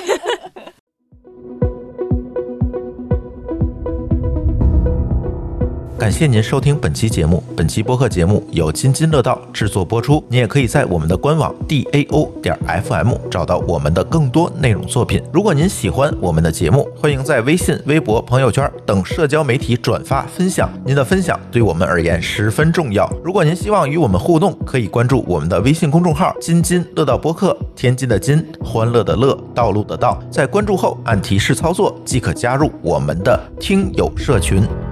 感谢您收听本期节目。本期播客节目由津津乐道制作播出。你也可以在我们的官网 DAO.FM 找到我们的更多内容作品。如果您喜欢我们的节目，欢迎在微信、微博、朋友圈等社交媒体转发分享。您的分享对我们而言十分重要。如果您希望与我们互动，可以关注我们的微信公众号津津乐道播客，天津的津，欢乐的乐，道路的道。在关注后按提示操作即可加入我们的听友社群。